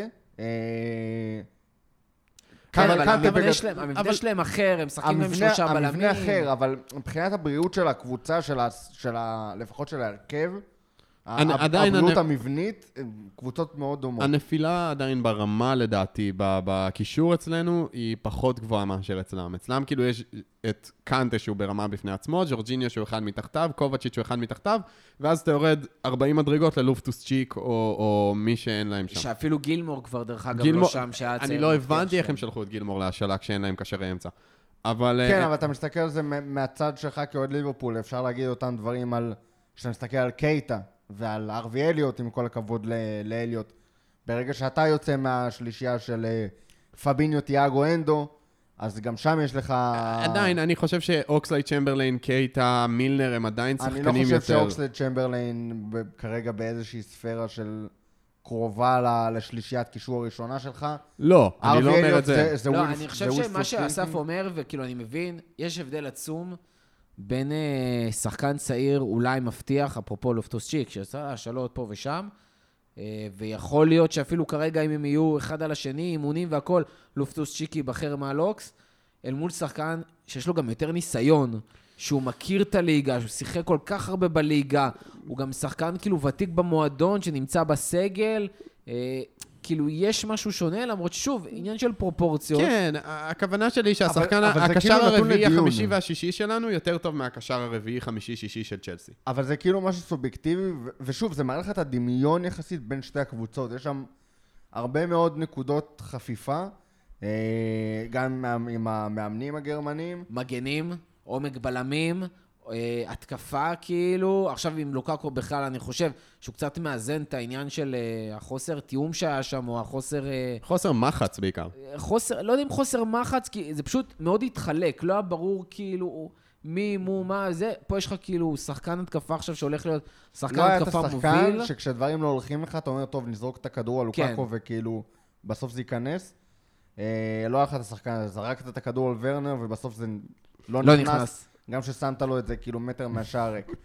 כן, אבל המבנה שלהם אחר, הם משחקים עם 3 בלמים. המבנה אחר, אבל מבחינת הבריאות של הקבוצה, לפחות של ההרכב, הבריאות המבנית, קבוצות מאוד דומות. הנפילה עדיין ברמה לדעתי, בקישור אצלנו, היא פחות גבוהה מאשר אצלם. אצלם כאילו יש את קנטה שהוא ברמה בפני עצמו, ג'ורג'יניה שהוא אחד מתחתיו, קובצ'יץ' שהוא אחד מתחתיו, ואז אתה יורד 40 מדרגות ללופטוס צ'יק או מי שאין להם שם. שאפילו גילמור כבר דרך אגב לא שם. אני לא הבנתי איך הם שלחו את גילמור להשאלה כשאין להם קשרי אמצע. כן, אבל אתה מסתכל על זה מהצד שלך כאוהד ליברפול, אפשר להגיד אותם דברים על, שאתה מסתכל על קייטה, ועל ארווי אליוט, עם כל הכבוד לאליוט. ברגע שאתה יוצא מהשלישייה של פביניו, תיאגו, אנדו, אז גם שם יש לך... עדיין, אני חושב שאוקסלייד צ'מברליין, קייטה, מילנר, הם עדיין שחקנים יותר. אני לא חושב שאוקסלייד צ'מברליין כרגע באיזושהי ספירה של קרובה לשלישיית קישור הראשונה שלך. לא, אני לא אומר את זה. לא, אני חושב שמה שאסף אומר, וכאילו אני מבין, יש הבדל עצום בין שחקן צעיר אולי מבטיח, אפרופו לופטוס צ'יק, שעשה השאלות פה ושם, ויכול להיות שאפילו כרגע אם הם יהיו אחד על השני, אימונים והכל, לופטוס צ'יק ייבחר מהלוקס, אל מול שחקן שיש לו גם יותר ניסיון, שהוא מכיר את הליגה, שהוא שיחק כל כך הרבה בליגה, הוא גם שחקן כאילו ותיק במועדון שנמצא בסגל, כאילו יש משהו שונה, למרות שוב, עניין של פרופורציות. כן, הכוונה שלי שהשחקן, אבל זה הקשר כאילו נתון הרביעי, לדיון. החמישי והשישי שלנו, יותר טוב מהקשר הרביעי, חמישי, שישי של צ'לסי. אבל זה כאילו משהו סובייקטיבי, ושוב, זה מראה לך את הדמיון יחסית בין שתי הקבוצות. יש שם הרבה מאוד נקודות חפיפה, גם עם המאמנים הגרמנים. מגנים, עומק בלמים, התקפה כאילו, עכשיו עם לוקאקו בכלל אני חושב שהוא קצת מאזן את העניין של החוסר תיאום שהיה שם, או החוסר... חוסר מחץ בעיקר. לא יודע אם חוסר מחץ, כי זה פשוט מאוד התחלק, לא היה ברור כאילו מי, מו, מה, זה, פה יש לך כאילו שחקן התקפה עכשיו שהולך להיות שחקן התקפה מוביל. לא היה את השחקן שכשדברים לא הולכים לך, אתה אומר, טוב, נזרוק את הכדור על לוקאקו, כן. וכאילו, בסוף זה ייכנס. לא היה לך את השחקן, זרקת את הכדור על ורנר, ובסוף זה לא נכנס. גם ששמת לו את זה כאילו מטר מהשער ריק.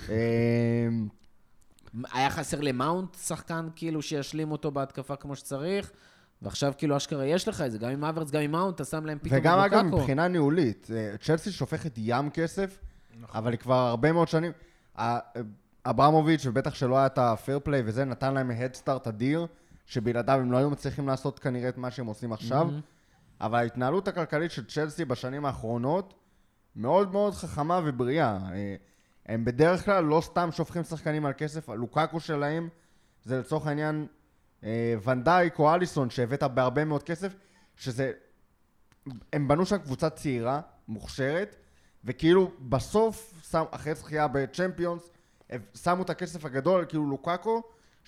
היה חסר למאונט שחקן כאילו שישלים אותו בהתקפה כמו שצריך, ועכשיו כאילו אשכרה יש לך את זה, גם עם אברץ, גם עם מאונט, אתה שם להם פתאום וגם לוקאקו. אגב מבחינה ניהולית, צ'לסי שופכת ים כסף, אבל היא כבר הרבה מאוד שנים. אברמוביץ' ובטח שלא היה את הפייר פליי וזה, נתן להם הדסטארט אדיר, שבלעדיו הם לא היו מצליחים לעשות כנראה את מה שהם עושים עכשיו, אבל ההתנהלות הכלכלית של צ'לסי בשנים האחרונות, מאוד מאוד חכמה ובריאה. הם בדרך כלל לא סתם שופכים שחקנים על כסף, הלוקאקו שלהם זה לצורך העניין ונדייק או אליסון שהבאת בהרבה מאוד כסף, שזה, הם בנו שם קבוצה צעירה, מוכשרת, וכאילו בסוף, אחרי זכייה בצ'מפיונס, שמו את הכסף הגדול, כאילו לוקאקו,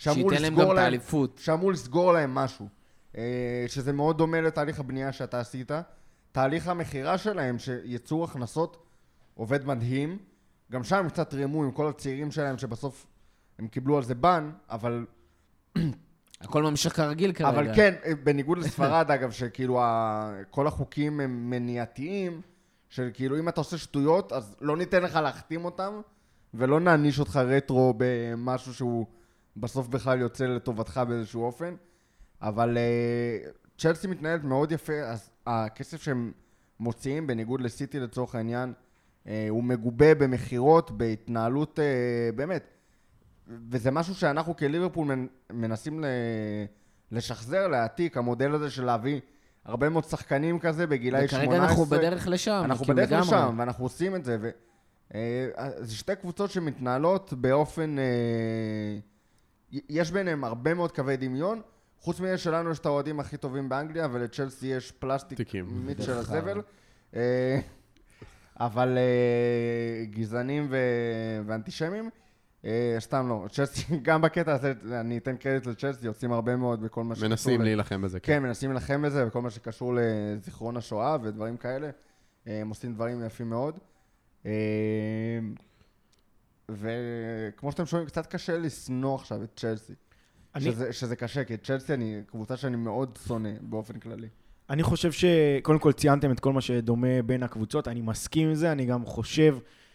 שאמור לסגור להם משהו, שזה מאוד דומה לתהליך הבנייה שאתה עשית. תהליך המחירה שלהם, שיצור הכנסות, עובד מדהים. גם שם הם קצת רימו עם כל הצעירים שלהם, שבסוף הם קיבלו על זה בן, אבל... הכל ממשיך כרגיל כרגע. אבל כן, בניגוד לספרד, אגב, שכאילו כל החוקים הם מניעתיים, שכאילו אם אתה עושה שטויות, אז לא ניתן לך להחתים אותם, ולא נעניש אותך רטרו במשהו שהוא בסוף בכלל יוצא לטובתך באיזשהו אופן. אבל צ'לסי מתנהלת מאוד יפה, אז הכסף שהם מוציאים, בניגוד לסיטי לצורך העניין, הוא מגובה במחירות, בהתנהלות באמת. וזה משהו שאנחנו כליברפול מנסים לשחזר, להעתיק, המודל הזה של להביא הרבה מאוד שחקנים כזה בגילאי 18. וכרגע אנחנו בדרך לשם. אנחנו בדרך לשם, ואנחנו עושים את זה. זה שתי קבוצות שמתנהלות באופן... יש ביניהם הרבה מאוד קווי דמיון. חוץ מזה שלנו יש את האוהדים הכי טובים באנגליה, ולצ'לסי יש פלסטיק מיץ של הזבל. אבל גזענים ואנטישמים, סתם לא. צ'לסי, גם בקטע הזה, אני אתן קרדיט לצ'לסי, יוצאים הרבה מאוד בכל מה שקשור... מנסים להילחם בזה. כן, מנסים להילחם בזה, וכל מה שקשור לזיכרון השואה ודברים כאלה. הם עושים דברים יפים מאוד. וכמו שאתם שומעים, קצת קשה לשנוא עכשיו את צ'לסי. שזה קשה, כי צ'לסי אני קבוצה שאני מאוד שונא באופן כללי. אני חושב שקודם כל ציינתם את כל מה שדומה בין הקבוצות, אני מסכים עם זה, אני גם חושב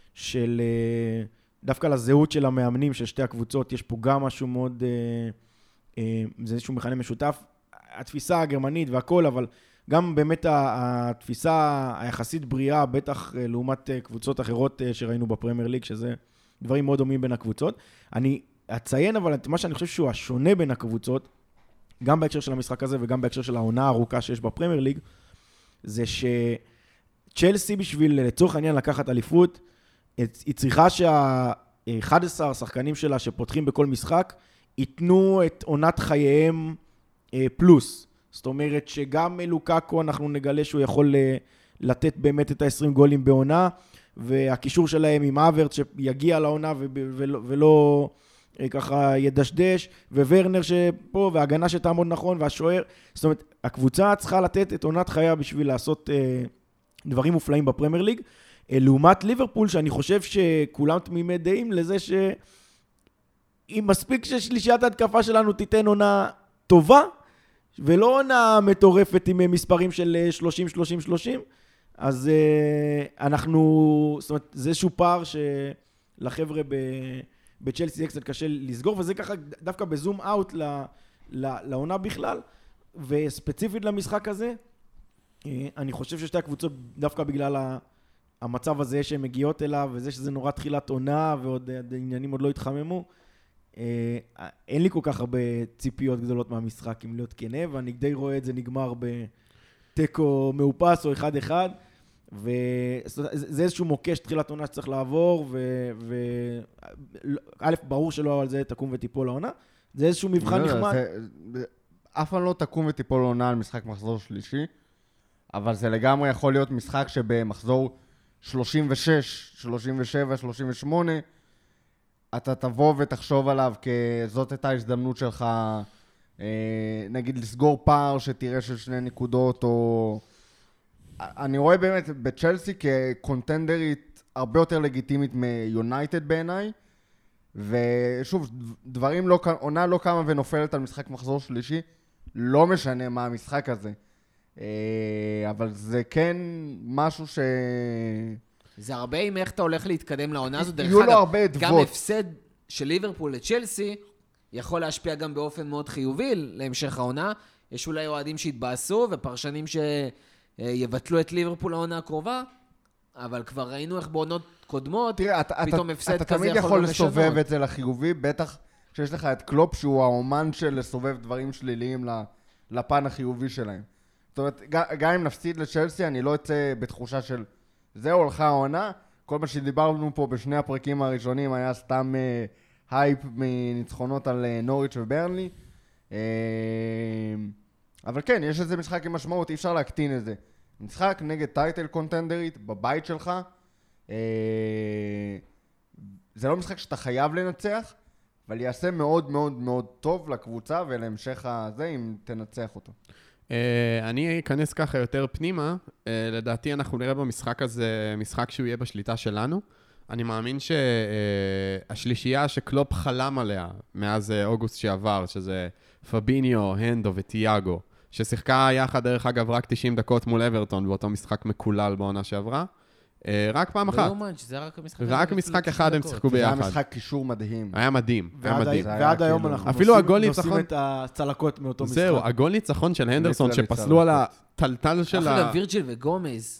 דווקא לזהות של המאמנים של שתי הקבוצות, יש פה גם משהו מאוד, זה איזשהו מכנה משותף, התפיסה הגרמנית והכל, אבל גם באמת התפיסה היחסית בריאה, בטח לעומת קבוצות אחרות שראינו בפרמייר ליג, שזה דברים מאוד דומים בין הקבוצות. אני אציין אבל את מה שאני חושב שהוא השונה בין הקבוצות, גם בהקשר של המשחק הזה וגם בהקשר של העונה הארוכה שיש בפרמייר ליג, זה שצ'לסי בשביל לצורך העניין לקחת אליפות, היא צריכה שה-11 השחקנים שלה שפותחים בכל משחק, ייתנו את עונת חייהם פלוס. זאת אומרת שגם לוקאקו אנחנו נגלה שהוא יכול לתת באמת את ה-20 גולים בעונה, והקישור שלהם עם אברץ שיגיע לעונה ולא ככה ידשדש, וורנר שפה, וההגנה שתעמוד נכון, והשוער. זאת אומרת, הקבוצה צריכה לתת את עונת חייה בשביל לעשות דברים מופלאים בפרמייר ליג, לעומת ליברפול, שאני חושב שכולם תמימי דעים לזה אם מספיק ששלישיית ההתקפה שלנו תיתן עונה טובה, ולא עונה מטורפת עם מספרים של 30-30-30, אז אנחנו, זאת אומרת, זה איזשהו פער שלחבר'ה בצ'לסי זה קצת קשה לסגור, וזה ככה דווקא בזום אאוט לעונה בכלל, וספציפית למשחק הזה, אני חושב ששתי הקבוצות, דווקא בגלל המצב הזה שהן מגיעות אליו, וזה שזה נורא תחילת עונה, ועוד עניינים עוד לא התחממו, אין לי כל כך הרבה ציפיות גדולות מהמשחק, אם להיות כנה, ואני די רואה את זה נגמר בטקו מאופס או 1-1, וזה איזשהו מוקש תחילת עונה שצריך לעבור, א', ברור שלא על זה תקום וטיפול העונה, זה איזשהו מבחן נחמד. אף פעם לא תקום וטיפול עונה על משחק מחזור שלישי, אבל זה לגמרי יכול להיות משחק שבמחזור 36, 37, 38, אתה תבוא ותחשוב עליו כזאת הייתה ההזדמנות שלך, נגיד לסגור פער שתראה של 2 נקודות, או... אני רואה באמת בצ'לסי כקונטנדרית הרבה יותר לגיטימית מיונייטד בעיניי, ושוב, דברים לא, עונה לא קמה ונופלת על משחק מחזור שלישי, לא משנה מה המשחק הזה. אבל זה כן משהו ש... זה הרבה עם איך אתה הולך להתקדם לעונה הזו. דרך יהיו לו אגב, הרבה עדבות. גם הפסד של ליברפול לצ'לסי יכול להשפיע גם באופן מאוד חיובי להמשך העונה. יש אולי אוהדים שהתבאסו ופרשנים שיבטלו את ליברפול לעונה הקרובה, אבל כבר ראינו איך בעונות קודמות, תראה, פתאום הפסד אתה כזה תמיד יכול יכול לשנות. לסובב את זה לחיובי, בטח כשיש לך את קלופ שהוא האומן של לסובב דברים שליליים לפן החיובי שלהם. זאת אומרת, גם אם נפסיד לצ'לסי, אני לא אצא בתחושה של זהו, הולכה העונה. כל מה שדיברנו פה בשני הפרקים הראשונים היה סתם הייפ מניצחונות על נוריץ' וברנלי. אבל כן, יש איזה משחק עם משמעות, אי אפשר להקטין את זה. משחק נגד טייטל קונטנדרית בבית שלך. זה לא משחק שאתה חייב לנצח, אבל יעשה מאוד מאוד מאוד טוב לקבוצה ולהמשך הזה אם תנצח אותו. אני אכנס ככה יותר פנימה. לדעתי אנחנו נראה במשחק הזה משחק שהוא יהיה בשליטה שלנו. אני מאמין שהשלישייה שקלופ חלם עליה מאז אוגוסט שעבר, שזה פביניו, הנדו וטיאגו, ששיחקה יחד דרך אגב רק 90 דקות מול אברטון באותו משחק מקולל בעונה שעברה, רק פעם אחת. רק משחק אחד הם שיחקו ביחד. זה היה משחק קישור מדהים. היה מדהים, היה מדהים. ועד היום אנחנו נושאים את הצלקות מאותו משחק. זהו, הגול ניצחון של הנדרסון שפסלו על הטלטל של אחלה וירג'יל וגומז.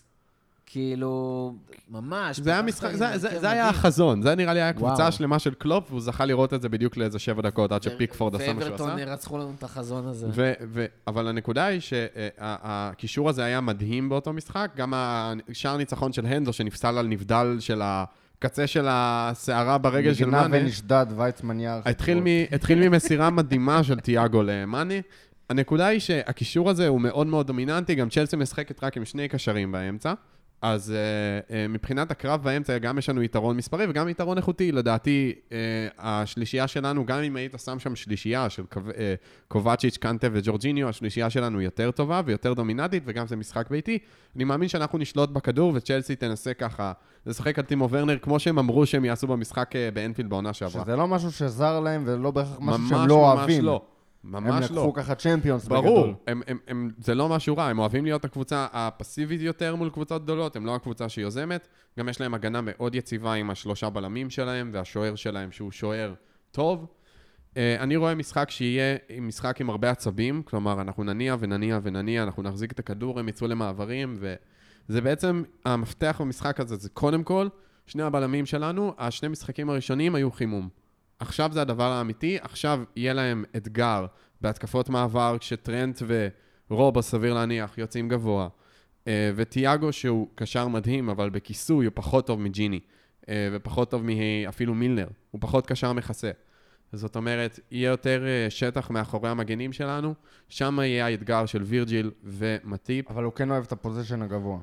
כאילו, ממש. זה היה החזון, זה נראה לי היה קבוצה שלמה של קלופ, והוא זכה לראות את זה בדיוק לאיזה 7 דקות, עד שפיקפורד עשה מה שהוא עשה. ואברטון רצחו לנו את החזון הזה. אבל הנקודה היא שהקישור הזה היה מדהים באותו משחק, גם השער ניצחון של הנדו, שנפסל על נבדל של הקצה של השערה ברגל של מאנה. נגנה ונשדד, וייצמן יער. התחיל ממסירה מדהימה של תיאגו למאנה. הנקודה היא שהקישור הזה הוא מאוד מאוד דומיננטי, גם צ'לסי משחקת רק עם 2 קשרים באמצע. אז מבחינת הקרב באמצע גם יש לנו יתרון מספרי וגם יתרון איכותי. לדעתי, השלישייה שלנו, גם אם היית שם שם שלישייה של קובצ'יץ', קנטה וג'ורג'יניו, השלישייה שלנו יותר טובה ויותר דומיננטית, וגם זה משחק ביתי. אני מאמין שאנחנו נשלוט בכדור, וצ'לסי תנסה ככה לשחק על טימו ורנר, כמו שהם אמרו שהם יעשו במשחק באנפילד בעונה שעברה. שזה לא משהו שזר להם, ולא בהכרח משהו שהם לא אוהבים. ממש הם לקחו ככה צ'מפיונס בגדול. ברור, זה לא משהו רע, הם אוהבים להיות הקבוצה הפסיבית יותר מול קבוצות גדולות, הם לא הקבוצה שיוזמת, גם יש להם הגנה מאוד יציבה עם 3 בלמים שלהם, והשוער שלהם שהוא שוער טוב. אני רואה משחק שיהיה משחק עם הרבה עצבים, כלומר אנחנו נניע ונניע ונניע, אנחנו נחזיק את הכדור, הם יצאו למעברים, וזה בעצם המפתח במשחק הזה, זה קודם כל, 2 הבלמים שלנו, 2 משחקים הראשונים היו חימום. עכשיו זה הדבר האמיתי, עכשיו יהיה להם אתגר בהתקפות מעבר, כשטרנט ורובו סביר להניח יוצאים גבוה, וטיאגו שהוא קשר מדהים, אבל בכיסוי הוא פחות טוב מג'יני, ופחות טוב אפילו מילנר, הוא פחות קשר מכסה. זאת אומרת, יהיה יותר שטח מאחורי המגנים שלנו, שם יהיה האתגר של וירג'יל ומטיפ. אבל הוא כן אוהב את הפוזישן הגבוה.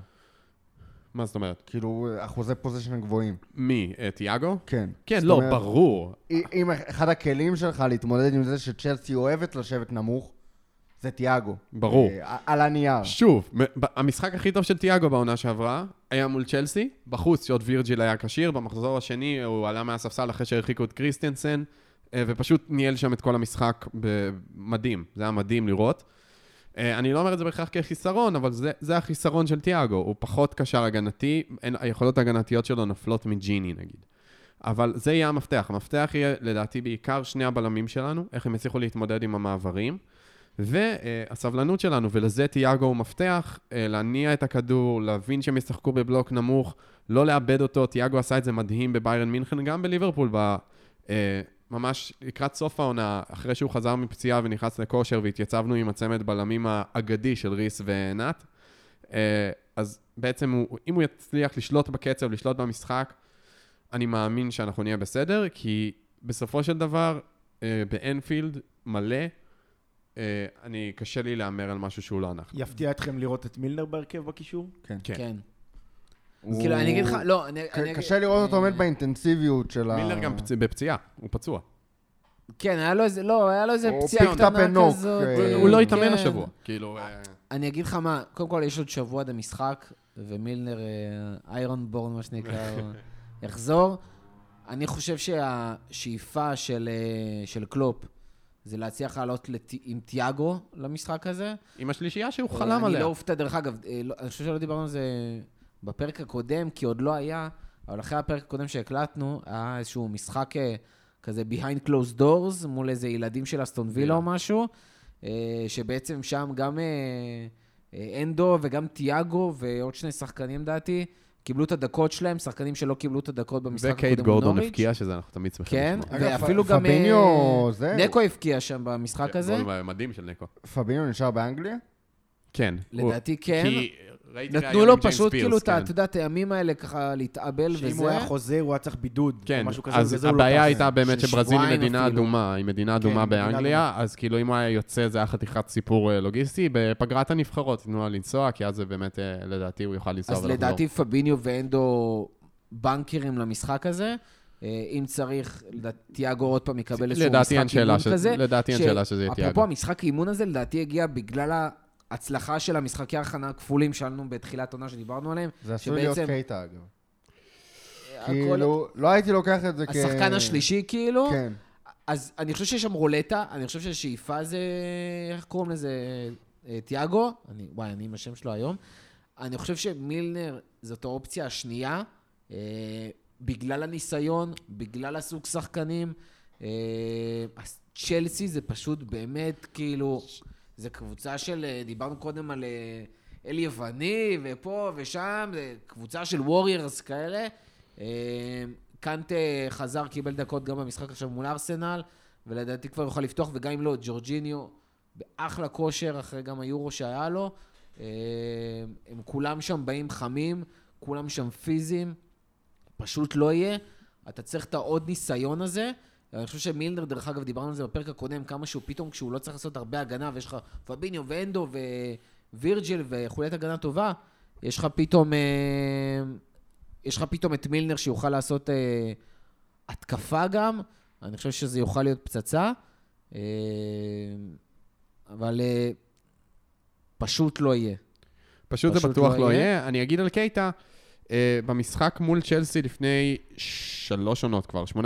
מה זאת אומרת? כאילו, אחוזי פוזישן גבוהים. מי? תיאגו? כן. כן, לא, ברור. אם אחד הכלים שלך להתמודד עם זה שצ'לסי אוהבת לשבת נמוך, זה תיאגו. ברור. על הנייר. שוב, המשחק הכי טוב של תיאגו בעונה שעברה היה מול צ'לסי, בחוץ שעוד וירג'יל היה קשיר, במחזור השני הוא עלה מהספסל אחרי שהרחיקו את קריסטנסן, ופשוט ניהל שם את כל המשחק מדהים. זה היה מדהים לראות. אני לא אומר את זה בכך כחיסרון, אבל זה החיסרון של תיאגו. הוא פחות קשר הגנתי, היכולות הגנתיות שלו נופלות מג'יני נגיד. אבל זה יהיה המפתח. המפתח יהיה לדעתי בעיקר 2 הבלמים שלנו, איך הם יצליחו להתמודד עם המעברים. והסבלנות שלנו, ולזה תיאגו הוא מפתח, להניע את הכדור, להבין שהם ישחקו בבלוק נמוך, לא לאבד אותו. תיאגו עשה את זה מדהים בביירן מינכן, גם בליברפול, ממש לקראת סוף העונה, אחרי שהוא חזר מפציעה ונכנס לכושר, והתייצבנו עם הצמד בלמים האגדי של ריס ונאט. אז בעצם, אם הוא יצליח לשלוט בקצב, לשלוט במשחק, אני מאמין שאנחנו נהיה בסדר, כי בסופו של דבר, באנפילד מלא, קשה לי לאמר על משהו שהוא לא אנחנו. יפתיע אתכם לראות את מילנר בהרכב בקישור? כן. כן. כאילו, אני אגיד לך, לא, קשה לראות אותו עומד באינטנסיביות של מילנר גם בפציעה, הוא פצוע. כן, היה לו איזה הוא פציעה picked up a knock. כזאת. הוא לא התאמן כן. השבוע, כאילו... אני אגיד לך מה, קודם כל יש עוד שבוע עד המשחק, ומילנר, איירון בורן, מה שנקרא, יחזור. אני חושב שהשאיפה של קלופ, זה להצליח לעלות עם תיאגו למשחק הזה. עם השלישייה שהוא חלם עליה. אני לא אופתע, דרך אגב, אני חושב שלא דיברנו על זה בפרק הקודם, כי עוד לא היה, אבל אחרי הפרק הקודם שהקלטנו, היה איזשהו משחק כזה behind closed doors, מול איזה ילדים של אסטון וילה או משהו, שבעצם שם גם אנדו וגם תיאגו ועוד שני שחקנים דעתי, קיבלו את הדקות שלהם, שחקנים שלא קיבלו את הדקות במשחק הקודם וקייט גורדון הפקיע, שזה אנחנו תמיד שמחים כן, לשמוע. ואפילו גם פביניו, זה... נקו הפקיע שם במשחק הזה. גול מדהים של נקו. פביניו נשאר באנגליה? כן. לדעתי כן. כי ראיתי נתנו ראיון לו עם ג'יימס פשוט פירס, כאילו, כן. אתה יודע, את הימים האלה ככה להתאבל וזה. שאם הוא היה חוזר, הוא היה צריך בידוד. כן, או משהו כזה, אז וזה הוא לא הבעיה טס. הייתה באמת של שברזיל היא שבועיים מדינה אפילו. אדומה, היא מדינה אדומה מדינה באנגליה, אז כאילו אם הוא היה יוצא זה היה חתיכת סיפור לוגיסטי, בפגרת הנבחרות תנו לה לנסוע, כי אז זה באמת, לדעתי הוא יוכל לנסוע אז ולחזור. לדעתי פביניו ואנדו בנקרים למשחק הזה. אם צריך, תיאגו עוד פעם יקבל איזשהו משחק אימון כזה. לדעתי אין שאלה שזה יהיה תיאגו. אפרופו, המשחק האימון הזה לדעתי הגיע בגלל ההצלחה של המשחקי ההכנה הכפולים שלנו בתחילת עונה שדיברנו עליהם. זה עשוי להיות קייטה, אגב. הכל- כאילו, לא הייתי לוקח את זה השחקן השלישי כאילו. כן. אז אני חושב שיש שם רולטה, אני חושב שהשאיפה זה, איך קוראים לזה? תיאגו? וואי, אני עם השם שלו היום. אני חושב שמילנר זאת האופציה השנייה, בגלל הניסיון, בגלל הסוג שחקנים. צ'לסי זה פשוט באמת כאילו, זה קבוצה של, דיברנו קודם על אל יווני ופה ושם, זה קבוצה של ווריירס כאלה. קנטה חזר, קיבל דקות גם במשחק עכשיו מול ארסנל, ולדעתי כבר יוכל לפתוח, וגם אם לא, ג'ורג'יניו באחלה כושר, אחרי גם היורו שהיה לו. הם כולם שם באים חמים, כולם שם פיזיים, פשוט לא יהיה. אתה צריך את העוד ניסיון הזה. אני חושב שמילנר, דרך אגב, דיברנו על זה בפרק הקודם, כמה שהוא פתאום, כשהוא לא צריך לעשות הרבה הגנה, ויש לך פביניו ואנדו ווירג'יל וחוליית הגנה טובה, יש לך פתאום את מילנר שיוכל לעשות התקפה גם. אני חושב שזה יוכל להיות פצצה. אבל פשוט לא יהיה. פשוט זה בטוח לא יהיה. אני אגיד על קייטה, במשחק מול צ'לסי לפני 3 עונות כבר, 18-19,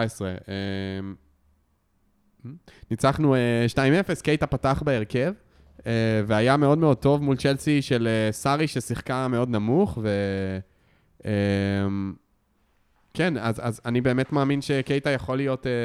ניצחנו 2-0, קייטה פתח בהרכב, והיה מאוד מאוד טוב מול צ'לסי של סארי ששיחקה מאוד נמוך, כן, אז אני באמת מאמין שקייטה יכול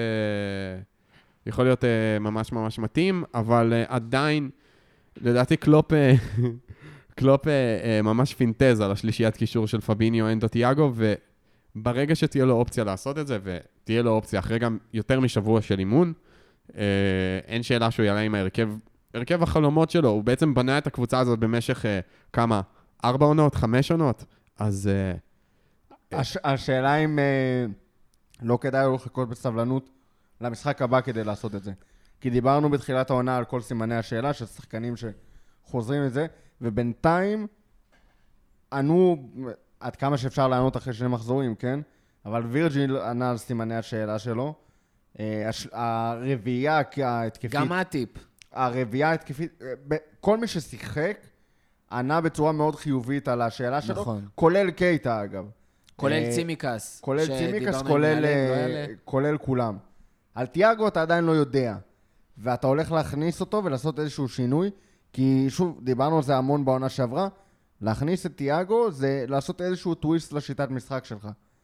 להיות ממש ממש מתאים, אבל עדיין, לדעתי קלופ ממש פינטז על השלישיית קישור של פביניו, אנדו, תיאגו, וברגע שתהיה לו אופציה לעשות את זה, ותהיה לו אופציה אחרי גם יותר משבוע של אימון, אין שאלה שהוא יעלה עם הרכב החלומות שלו, הוא בעצם בנה את הקבוצה הזאת במשך כמה? 4 עונות, 5 עונות, אז... השאלה אם לא כדאי לו לחכות בסבלנות למשחק הבא כדי לעשות את זה. כי דיברנו בתחילת העונה על כל סימני השאלה של שחקנים שחוזרים את זה, ובינתיים ענו עד כמה שאפשר לענות אחרי 2 מחזורים, כן? אבל וירג'יל ענה על סימני השאלה שלו. הרביעייה ההתקפית... גם הטיפ. הרביעייה ההתקפית... כל מי ששיחק ענה בצורה מאוד חיובית על השאלה שלו, נכון. כולל קייטה אגב. כולל צימיקס. כולל צימיקס, לא כולל כולם. על תיאגו אתה עדיין לא יודע, ואתה הולך להכניס אותו ולעשות איזשהו שינוי, כי שוב, דיברנו על זה המון בעונה שעברה, להכניס את תיאגו זה לעשות איזשהו טוויסט לשיטת משחק שלך.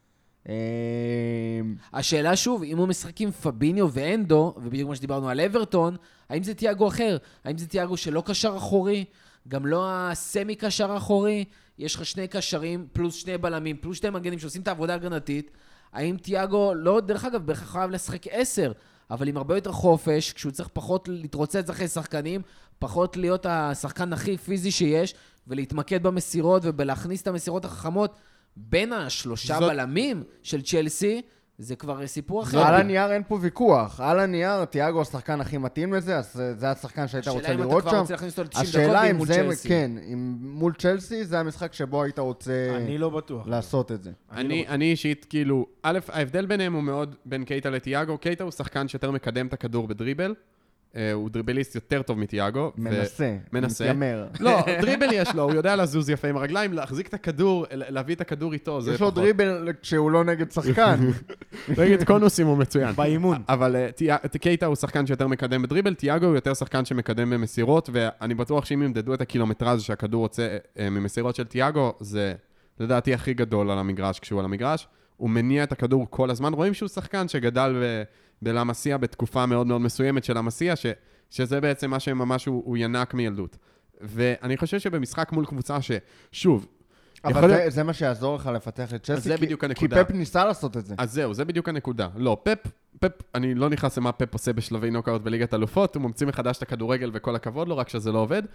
השאלה שוב, אם הוא משחק עם פביניו ואנדו, ובדיוק מה שדיברנו על אברטון, האם זה תיאגו אחר? האם זה תיאגו שלא קשר אחורי? גם לא הסמי קשר אחורי? יש לך 2 קשרים, פלוס 2 בלמים, פלוס 2 מגנים שעושים את העבודה הגנתית. האם תיאגו, לא, דרך אגב, בהכרח חייב לשחק 10, אבל עם הרבה יותר חופש, כשהוא צריך פחות להתרוצץ אחרי שחקנים, פחות להיות השחקן הכי פיזי שיש, ולהתמקד במסירות ובלהכניס את המסירות החכמות בין השלושה בלמים של צ'לסי, זה כבר סיפור אחר. על הנייר אין פה ויכוח. על הנייר, תיאגו השחקן הכי מתאים לזה, אז זה השחקן שהיית רוצה לראות שם. השאלה אם אתה כבר רוצה להכניס אותו ל-90 דקות השאלה אם מול זה, צ'לסי. כן, מול צ'לסי זה המשחק שבו היית רוצה אני לא בטוח. לעשות את זה. אני אישית, כאילו, א', ההבדל ביניהם הוא מאוד בין קייטה לתיאגו. קייטה הוא שחקן שיותר מקדם את הכדור בדריבל. הוא דריבליסט יותר טוב מתיאגו. מנסה. מתיימר. לא, דריבל יש לו, הוא יודע לזוז יפה עם הרגליים, להחזיק את הכדור, להביא את הכדור איתו. יש לו דריבל כשהוא לא נגד שחקן. נגד קונוסים הוא מצוין. באימון. אבל קייטה הוא שחקן שיותר מקדם בדריבל, תיאגו הוא יותר שחקן שמקדם במסירות, ואני בטוח שאם ימדדו את הקילומטרז שהכדור רוצה ממסירות של תיאגו, זה לדעתי הכי גדול על המגרש כשהוא על המגרש. הוא מניע את הכדור כל הזמן. רואים שהוא שחקן שגדל בלמסיה בתקופה מאוד מאוד מסוימת של למסיה, שזה בעצם מה שממש הוא ינק מילדות. ואני חושב שבמשחק מול קבוצה ששוב, אבל זה מה שיעזור לך לפתח את צ'לסי, כי פפ ניסה לעשות את זה. אז זהו, זה בדיוק הנקודה. לא, פפ, אני לא נכנס למה פפ עושה בשלבי נוקאוט בליגת אלופות, הוא ממציא מחדש את הכדורגל וכל הכבוד לו, רק שזה לא עובד.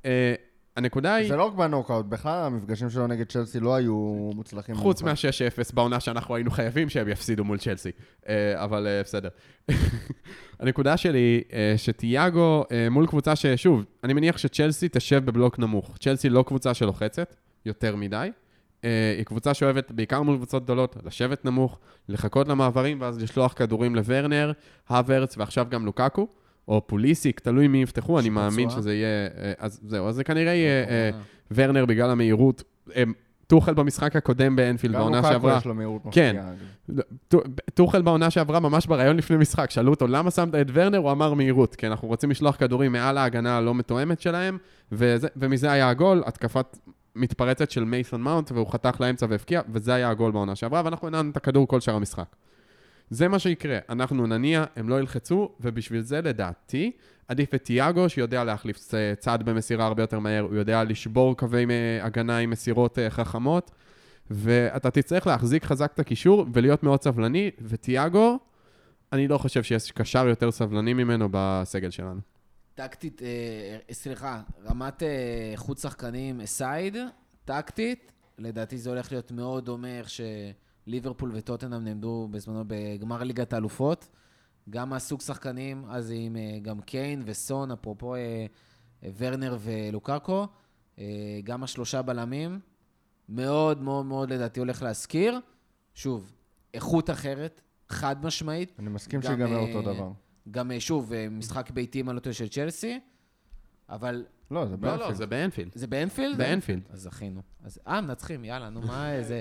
הנקודה היא... זה לא רק בנוקאוט, בכלל המפגשים שלו נגד צ'לסי לא היו מוצלחים. חוץ מה-6-0 בעונה שאנחנו היינו חייבים שהם יפסידו מול צ'לסי. אבל בסדר. הנקודה שלי, שתיאגו מול קבוצה ששוב, אני מניח שצ'לסי תשב בבלוק נמוך. צ'לסי לא קבוצה שלוחצת, יותר מדי. היא קבוצה שאוהבת, בעיקר מול קבוצות גדולות, לשבת נמוך, לחכות למעברים, ואז לשלוח כדורים לוורנר, הוורץ, ועכשיו גם לוקאקו. או פוליסיק, תלוי מי יפתחו, אני מאמין שזה יהיה... אז זהו, אז זה כנראה יהיה ורנר בגלל המהירות. טוחל במשחק הקודם באנפילד, בעונה שעברה... גם לוקאקו יש לו מהירות מפתיעה. כן, טוחל בעונה שעברה ממש ברעיון לפני משחק, שאלו אותו למה שמת את ורנר, הוא אמר מהירות, כי אנחנו רוצים לשלוח כדורים מעל ההגנה הלא מתואמת שלהם, ומזה היה הגול, התקפת מתפרצת של מייסון מאונט, והוא חתך לאמצע והפקיע, וזה היה הגול בעונה שעברה, ואנחנו הנענו את הכדור כל שאר המשחק. זה מה שיקרה, אנחנו נניע, הם לא ילחצו, ובשביל זה לדעתי, עדיף את תיאגו, שיודע להחליף צד במסירה הרבה יותר מהר, הוא יודע לשבור קווי הגנה עם מסירות חכמות, ואתה תצטרך להחזיק חזק את הקישור, ולהיות מאוד סבלני, ותיאגו, אני לא חושב שיש קשר יותר סבלני ממנו בסגל שלנו. טקטית, סליחה, רמת חוץ שחקנים אסייד, טקטית, לדעתי זה הולך להיות מאוד דומה איך ליברפול וטוטנהאם נעמדו בזמנו בגמר ליגת האלופות, גם מהסוג שחקנים, אז עם גם קיין וסון, אפרופו ורנר ולוקאקו, גם השלושה בלמים, מאוד מאוד מאוד לדעתי הולך להזכיר, שוב, איכות אחרת, חד משמעית. אני מסכים שיגמר אותו דבר. גם שוב, משחק ביתי מלוטו של צ'לסי, אבל... לא, זה באנפילד. לא, זה באנפילד. זה באנפילד? באנפילד. אז זכינו. אז מנצחים, יאללה, נו מה איזה...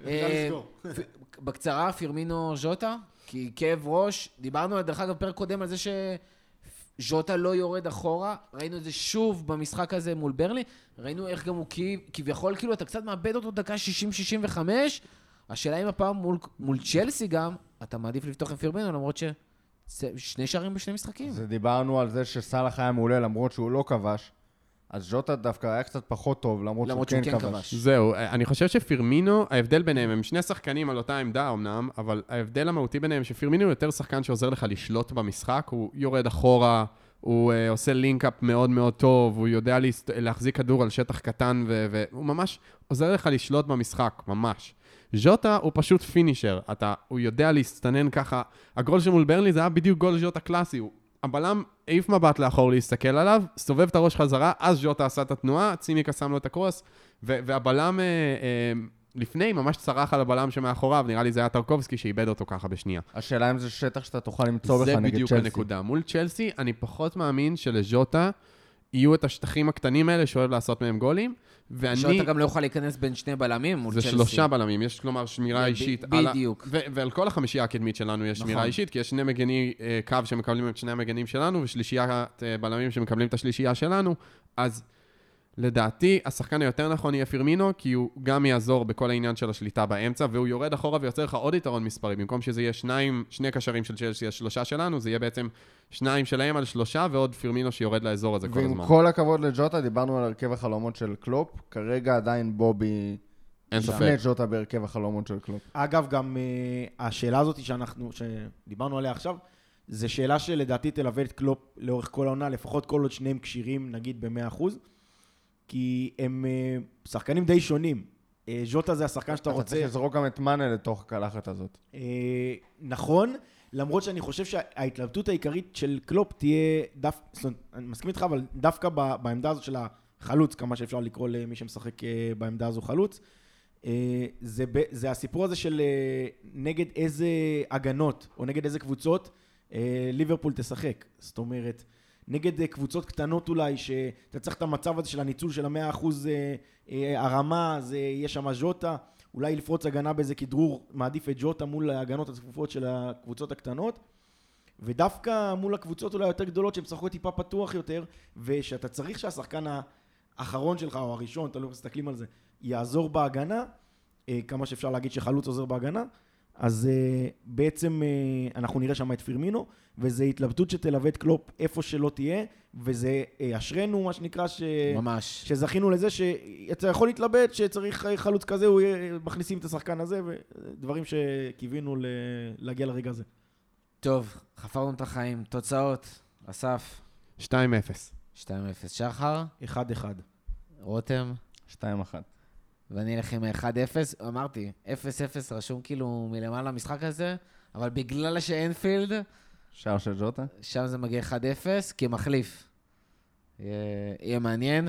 בקצרה, פירמינו ז'וטה, כי כאב ראש, דיברנו דרך אגב פרק קודם על זה שז'וטה לא יורד אחורה, ראינו את זה שוב במשחק הזה מול ברלי, ראינו איך גם הוא כביכול, כאילו אתה קצת מאבד אותו דקה 60-65, השאלה אם הפעם מול צ'לסי גם, אתה מעדיף לפתוח עם פירמינו, למרות שני שערים בשני משחקים. אז דיברנו על זה שסלאח היה מעולה, למרות שהוא לא כבש, אז ז'וטה דווקא היה קצת פחות טוב, למרות שהוא כן כבש. זהו, אני חושב שפירמינו, ההבדל ביניהם, הם שני שחקנים על אותה עמדה אמנם, אבל ההבדל המהותי ביניהם, שפירמינו הוא יותר שחקן שעוזר לך לשלוט במשחק, הוא יורד אחורה, הוא עושה לינק-אפ מאוד מאוד טוב, הוא יודע להחזיק כדור על שטח קטן, והוא ממש עוזר לך לשלוט במשחק, ממש. ז'וטה הוא פשוט פינישר, הוא יודע להסתנן ככה, הגול שמול ברנלי זה היה בדיוק גול ז'וטה קלאסי, הבלם העיף מבט לאחור להסתכל עליו, סובב את הראש חזרה, אז ז'וטה עשה את התנועה, צימיקה שם לו את הקרוס, והבלם לפני ממש צרח על הבלם שמאחוריו, נראה לי זה היה טרקובסקי שאיבד אותו ככה בשנייה. השאלה אם זה שטח שאתה תוכל למצוא בך נגד צ'לסי. זה בדיוק הנקודה. מול צ'לסי, אני פחות מאמין שלז'וטה יהיו את השטחים הקטנים האלה שאוהב לעשות מהם גולים, ז'וטה גם לא יכול להיכנס בין שני בלמים מול צ'לסי. זה 3 בלמים, יש כלומר שמירה אישית. בדיוק. ועל כל החמישייה הקדמית שלנו יש שמירה אישית, כי יש שני מגני קו שמקבלים את שני המגנים שלנו, ושלישיית בלמים שמקבלים את השלישייה שלנו, אז לדעתי, השחקן היותר נכון יהיה פירמינו, כי הוא גם יעזור בכל העניין של השליטה באמצע, והוא יורד אחורה ויוצר לך עוד יתרון מספרי. במקום שזה יהיה שני קשרים של צ'לסי, 3 שלנו, זה יהיה בעצם 2 שלהם על 3, ועוד פירמינו שיורד לאזור הזה כל הזמן. ועם כל הכבוד לג'וטה, דיברנו על הרכב החלומות של קלופ, כרגע עדיין בובי לפני ג'וטה בהרכב החלומות של קלופ. אגב, גם השאלה הזאת שדיברנו עליה עכשיו, זו שאלה שלדעתי תלווה את קלופ לאורך כל העונה, לפחות כל עוד שניהם קשירים, נגיד ב-100%, כי הם שחקנים די שונים. ז'וטה זה השחקן שאתה רוצה... אתה צריך לזרוק גם את מאנה לתוך הקלחת הזאת. נכון, למרות שאני חושב שההתלבטות העיקרית של קלופ תהיה אני מסכים איתך, אבל דווקא בעמדה הזאת של החלוץ, כמה שאפשר לקרוא למי שמשחק בעמדה הזו חלוץ, זה הסיפור הזה של נגד איזה הגנות, או נגד איזה קבוצות, ליברפול תשחק. זאת אומרת, נגד קבוצות קטנות אולי, שאתה צריך את המצב הזה של הניצול של 100% הרמה, זה יהיה שם ז'וטה, אולי לפרוץ הגנה באיזה כדרור, מעדיף את ז'וטה מול ההגנות הצפופות של הקבוצות הקטנות, ודווקא מול הקבוצות אולי יותר גדולות, שהם שחקו טיפה פתוח יותר, ושאתה צריך שהשחקן האחרון שלך, או הראשון, אתה לא מסתכלים על זה, יעזור בהגנה, כמה שאפשר להגיד שחלוץ עוזר בהגנה, אז בעצם אנחנו נראה שם את פירמינו, וזה התלבטות שתלווה את קלופ איפה שלא תהיה, וזה אשרנו, מה שנקרא, ממש. שזכינו לזה שאתה יכול להתלבט שצריך חלוץ כזה, הוא מכניסים את השחקן הזה, ודברים שקיווינו להגיע לרגע הזה. טוב, חפרנו את החיים. תוצאות, אסף. 2-0. 2-0. שחר. 1-1. רותם. 2-1. ואני אלך עם 1-0. אמרתי, 0-0 רשום כאילו מלמעלה המשחק הזה, אבל בגלל שאנפילד, שער של ג'וטה? שם זה מגיע 1-0, כמחליף. יהיה מעניין.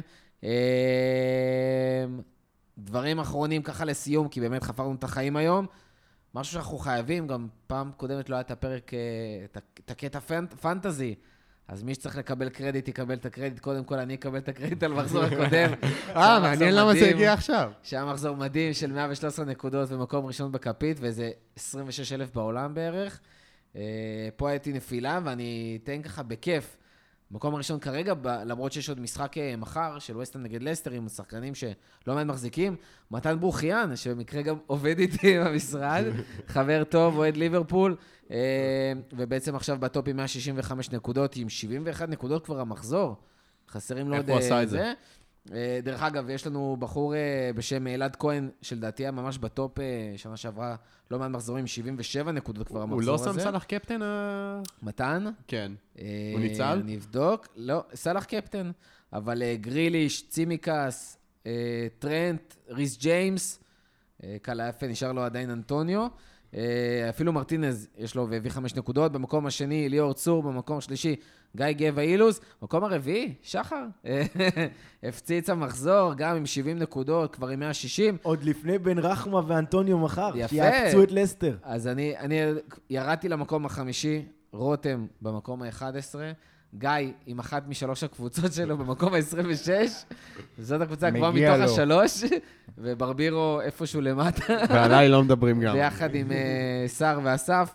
דברים אחרונים ככה לסיום, כי באמת חפרנו את החיים היום. משהו שאנחנו חייבים, גם פעם קודמת לא היה את הפרק, את הקטע פנטזי, אז מי שצריך לקבל קרדיט, יקבל את הקרדיט. קודם כל, אני אקבל את הקרדיט על מחזור הקודם. מעניין למה זה הגיע עכשיו. שהיה מחזור מדהים של 113 נקודות ומקום ראשון בכפית, ואיזה 26,000 בעולם בערך. פה הייתי נפילה, ואני אתן ככה בכיף. מקום הראשון כרגע, למרות שיש עוד משחק מחר, של ווסטהאם נגד לסטר, עם שחקנים שלא מעט מחזיקים, מתן ברוחיאן, שבמקרה גם עובד איתי במשרד, חבר טוב, אוהד ליברפול, ובעצם עכשיו בטופ עם 165 נקודות, עם 71 נקודות כבר המחזור. חסרים לו עוד... איך הוא עשה את זה? דרך אגב, יש לנו בחור בשם אלעד כהן, שלדעתי היה ממש בטופ שנה שעברה, לא מעט מחזורים, 77 נקודות כבר המחזור הזה. הוא לא שם סלח קפטן? מתן? כן. הוא ניצל? אני אבדוק. לא, סלח קפטן. אבל גריליש, צימיקס, טרנט, ריס ג'יימס, קלה יפה, נשאר לו עדיין אנטוניו. אפילו מרטינז יש לו והביא 5 נקודות. במקום השני, ליאור צור. במקום השלישי, גיא גבע אילוז. במקום הרביעי, שחר. הפציץ המחזור, גם עם 70 נקודות, כבר עם 160. עוד לפני בן רחמה ואנטוניו מחר. יפה. שיעפצו את לסטר. אז אני ירדתי למקום החמישי, רותם במקום ה-11, גיא עם אחת משלוש הקבוצות שלו במקום ה-26, זאת הקבוצה כבר מתוך השלוש, וברבירו איפשהו למטה. ועליי לא מדברים גם. ביחד עם שר ואסף.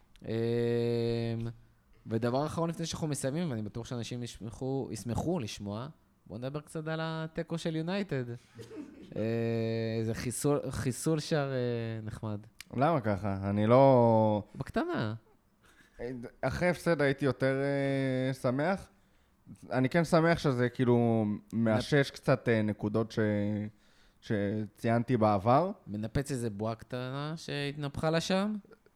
ודבר אחרון לפני שאנחנו מסיימים, ואני בטוח שאנשים ישמחו לשמוע, בואו נדבר קצת על הטקו של יונייטד. זה חיסול שער נחמד. למה ככה? אני לא... בקטנה. אחרי הפסד הייתי יותר שמח. אני כן שמח שזה כאילו מאשש קצת נקודות שציינתי בעבר. מנפץ איזה בועה קטנה שהתנפחה לה שם?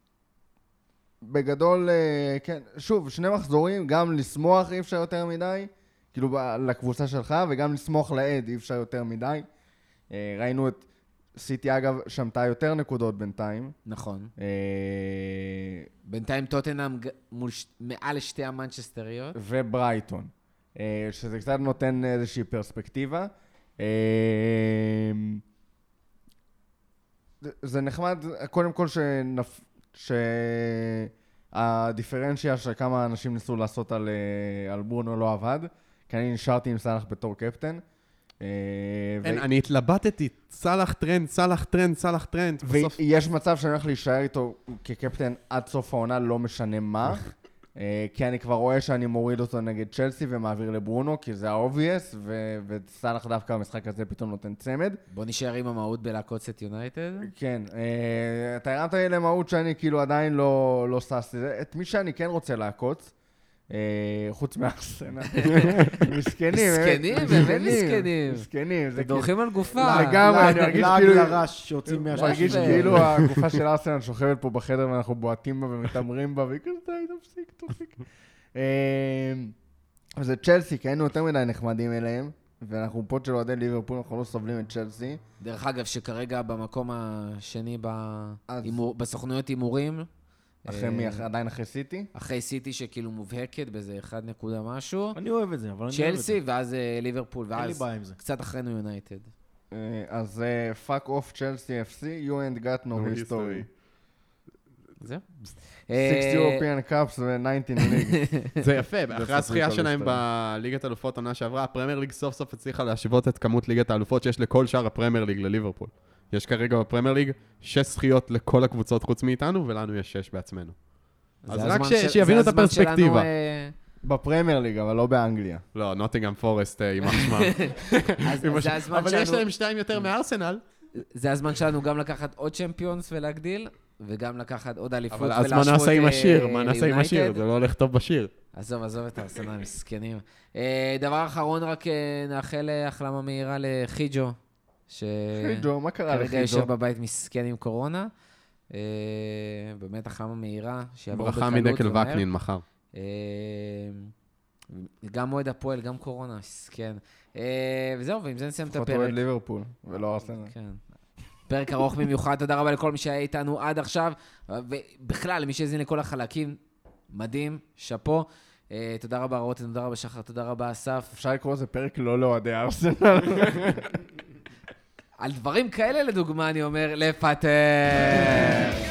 בגדול, כן. שוב, 2 מחזורים, גם לשמוח אי אפשר יותר מדי, כאילו לקבוצה שלך, וגם לשמוח לעד אי אפשר יותר מדי. ראינו את סיטי, אגב, שמתה יותר נקודות בינתיים. נכון. בינתיים טוטנהאם מעל 2 המנצ'סטריות. וברייטון. שזה קצת נותן איזושהי פרספקטיבה. זה נחמד, קודם כל שהדיפרנציה של כמה אנשים ניסו לעשות על ברונו לא עבד, כי אני נשארתי עם סלח בתור קפטן. אני התלבטתי, סלח טרנד. ויש מצב שאני הולך להישאר איתו כקפטן עד סוף העונה, לא משנה מה. כי אני כבר רואה שאני מוריד אותו נגד צ'לסי ומעביר לברונו, כי זה ה-obvious, וסלח דווקא המשחק הזה פתאום נותן צמד. בוא נשאר עם המהות בלעקוץ את יונייטד. כן, אתה הרמת לי למהות שאני כאילו עדיין לא סס. את מי שאני כן רוצה לעקוץ, חוץ מארסנל. מסכנים, באמת מסכנים. מסכנים. אתם דורכים על גופה. לגמרי, אני מרגיש כאילו... לרש שיוצאים מהשלושים. מרגיש כאילו הגופה של ארסנל שוכבת פה בחדר ואנחנו בועטים בה ומתאמרים בה, והיא כזה, תפסיק. אז זה צ'לסי, כי היינו יותר מדי נחמדים אליהם, ואנחנו פה של אוהדי ליברפול, אנחנו לא סובלים את צ'לסי. דרך אגב, שכרגע במקום השני בסוכנויות הימורים, אחרי מי? עדיין אחרי סיטי? אחרי סיטי שכאילו מובהקת באיזה 1 נקודה משהו. אני אוהב את זה, אבל אני אוהב את זה. צ'לסי, ואז ליברפול, אין לי ואז בעיה עם זה. קצת אחרינו יונייטד. אז fuck off צ'לסי FC, you ain't got no history. זהו. 6 European Cups ו-19 League. זה יפה, אחרי הזכייה שלהם בליגת האלופות עונה שעברה, הפרמייר ליג סוף סוף הצליחה להשוות את כמות ליגת האלופות שיש לכל שאר הפרמייר ליג לליברפול. יש כרגע בפרמייר ליג 6 זכיות לכל הקבוצות חוץ מאיתנו, ולנו יש 6 בעצמנו. אז רק שיבינו את הפרספקטיבה. בפרמייר ליג, אבל לא באנגליה. לא, נוטינגהאם פורסט יימח שמם. אבל יש להם 2 יותר מארסנל. זה הזמן שלנו גם לקחת עוד צ'מפיונס ולהגדיל, וגם לקחת עוד אליפות ולהשוות ליונייטד. אבל אז מה נעשה עם השיר? מה נעשה עם השיר? זה לא הולך טוב בשיר. עזוב את הארסנל, מסכנים. דבר אחרון, רק נאחל החלמה מהירה לחיג'ו. חיג'ו, מה קרה לחיג'ו? כרגע יושב בבית מסכן עם קורונה. באמת החלמה מהירה, שיעבור בקלות. ברכה מדקל וקנין מחר. גם מועד הפועל, גם קורונה, מסכן. וזהו, ועם זה נסיים את הפרק. לפחות אוהד ליברפול, ולא ארסנל. כן. פרק ארוך במיוחד, תודה רבה לכל מי שהיה איתנו עד עכשיו, ובכלל, למי שהזין לכל החלקים, מדהים, שפו. תודה רבה רותם, תודה רבה שחר, תודה רבה אסף. אפשר לקרוא לזה פרק לא לאוהדי ארסנל. על דברים כאלה לדוגמה אני אומר, לפטר.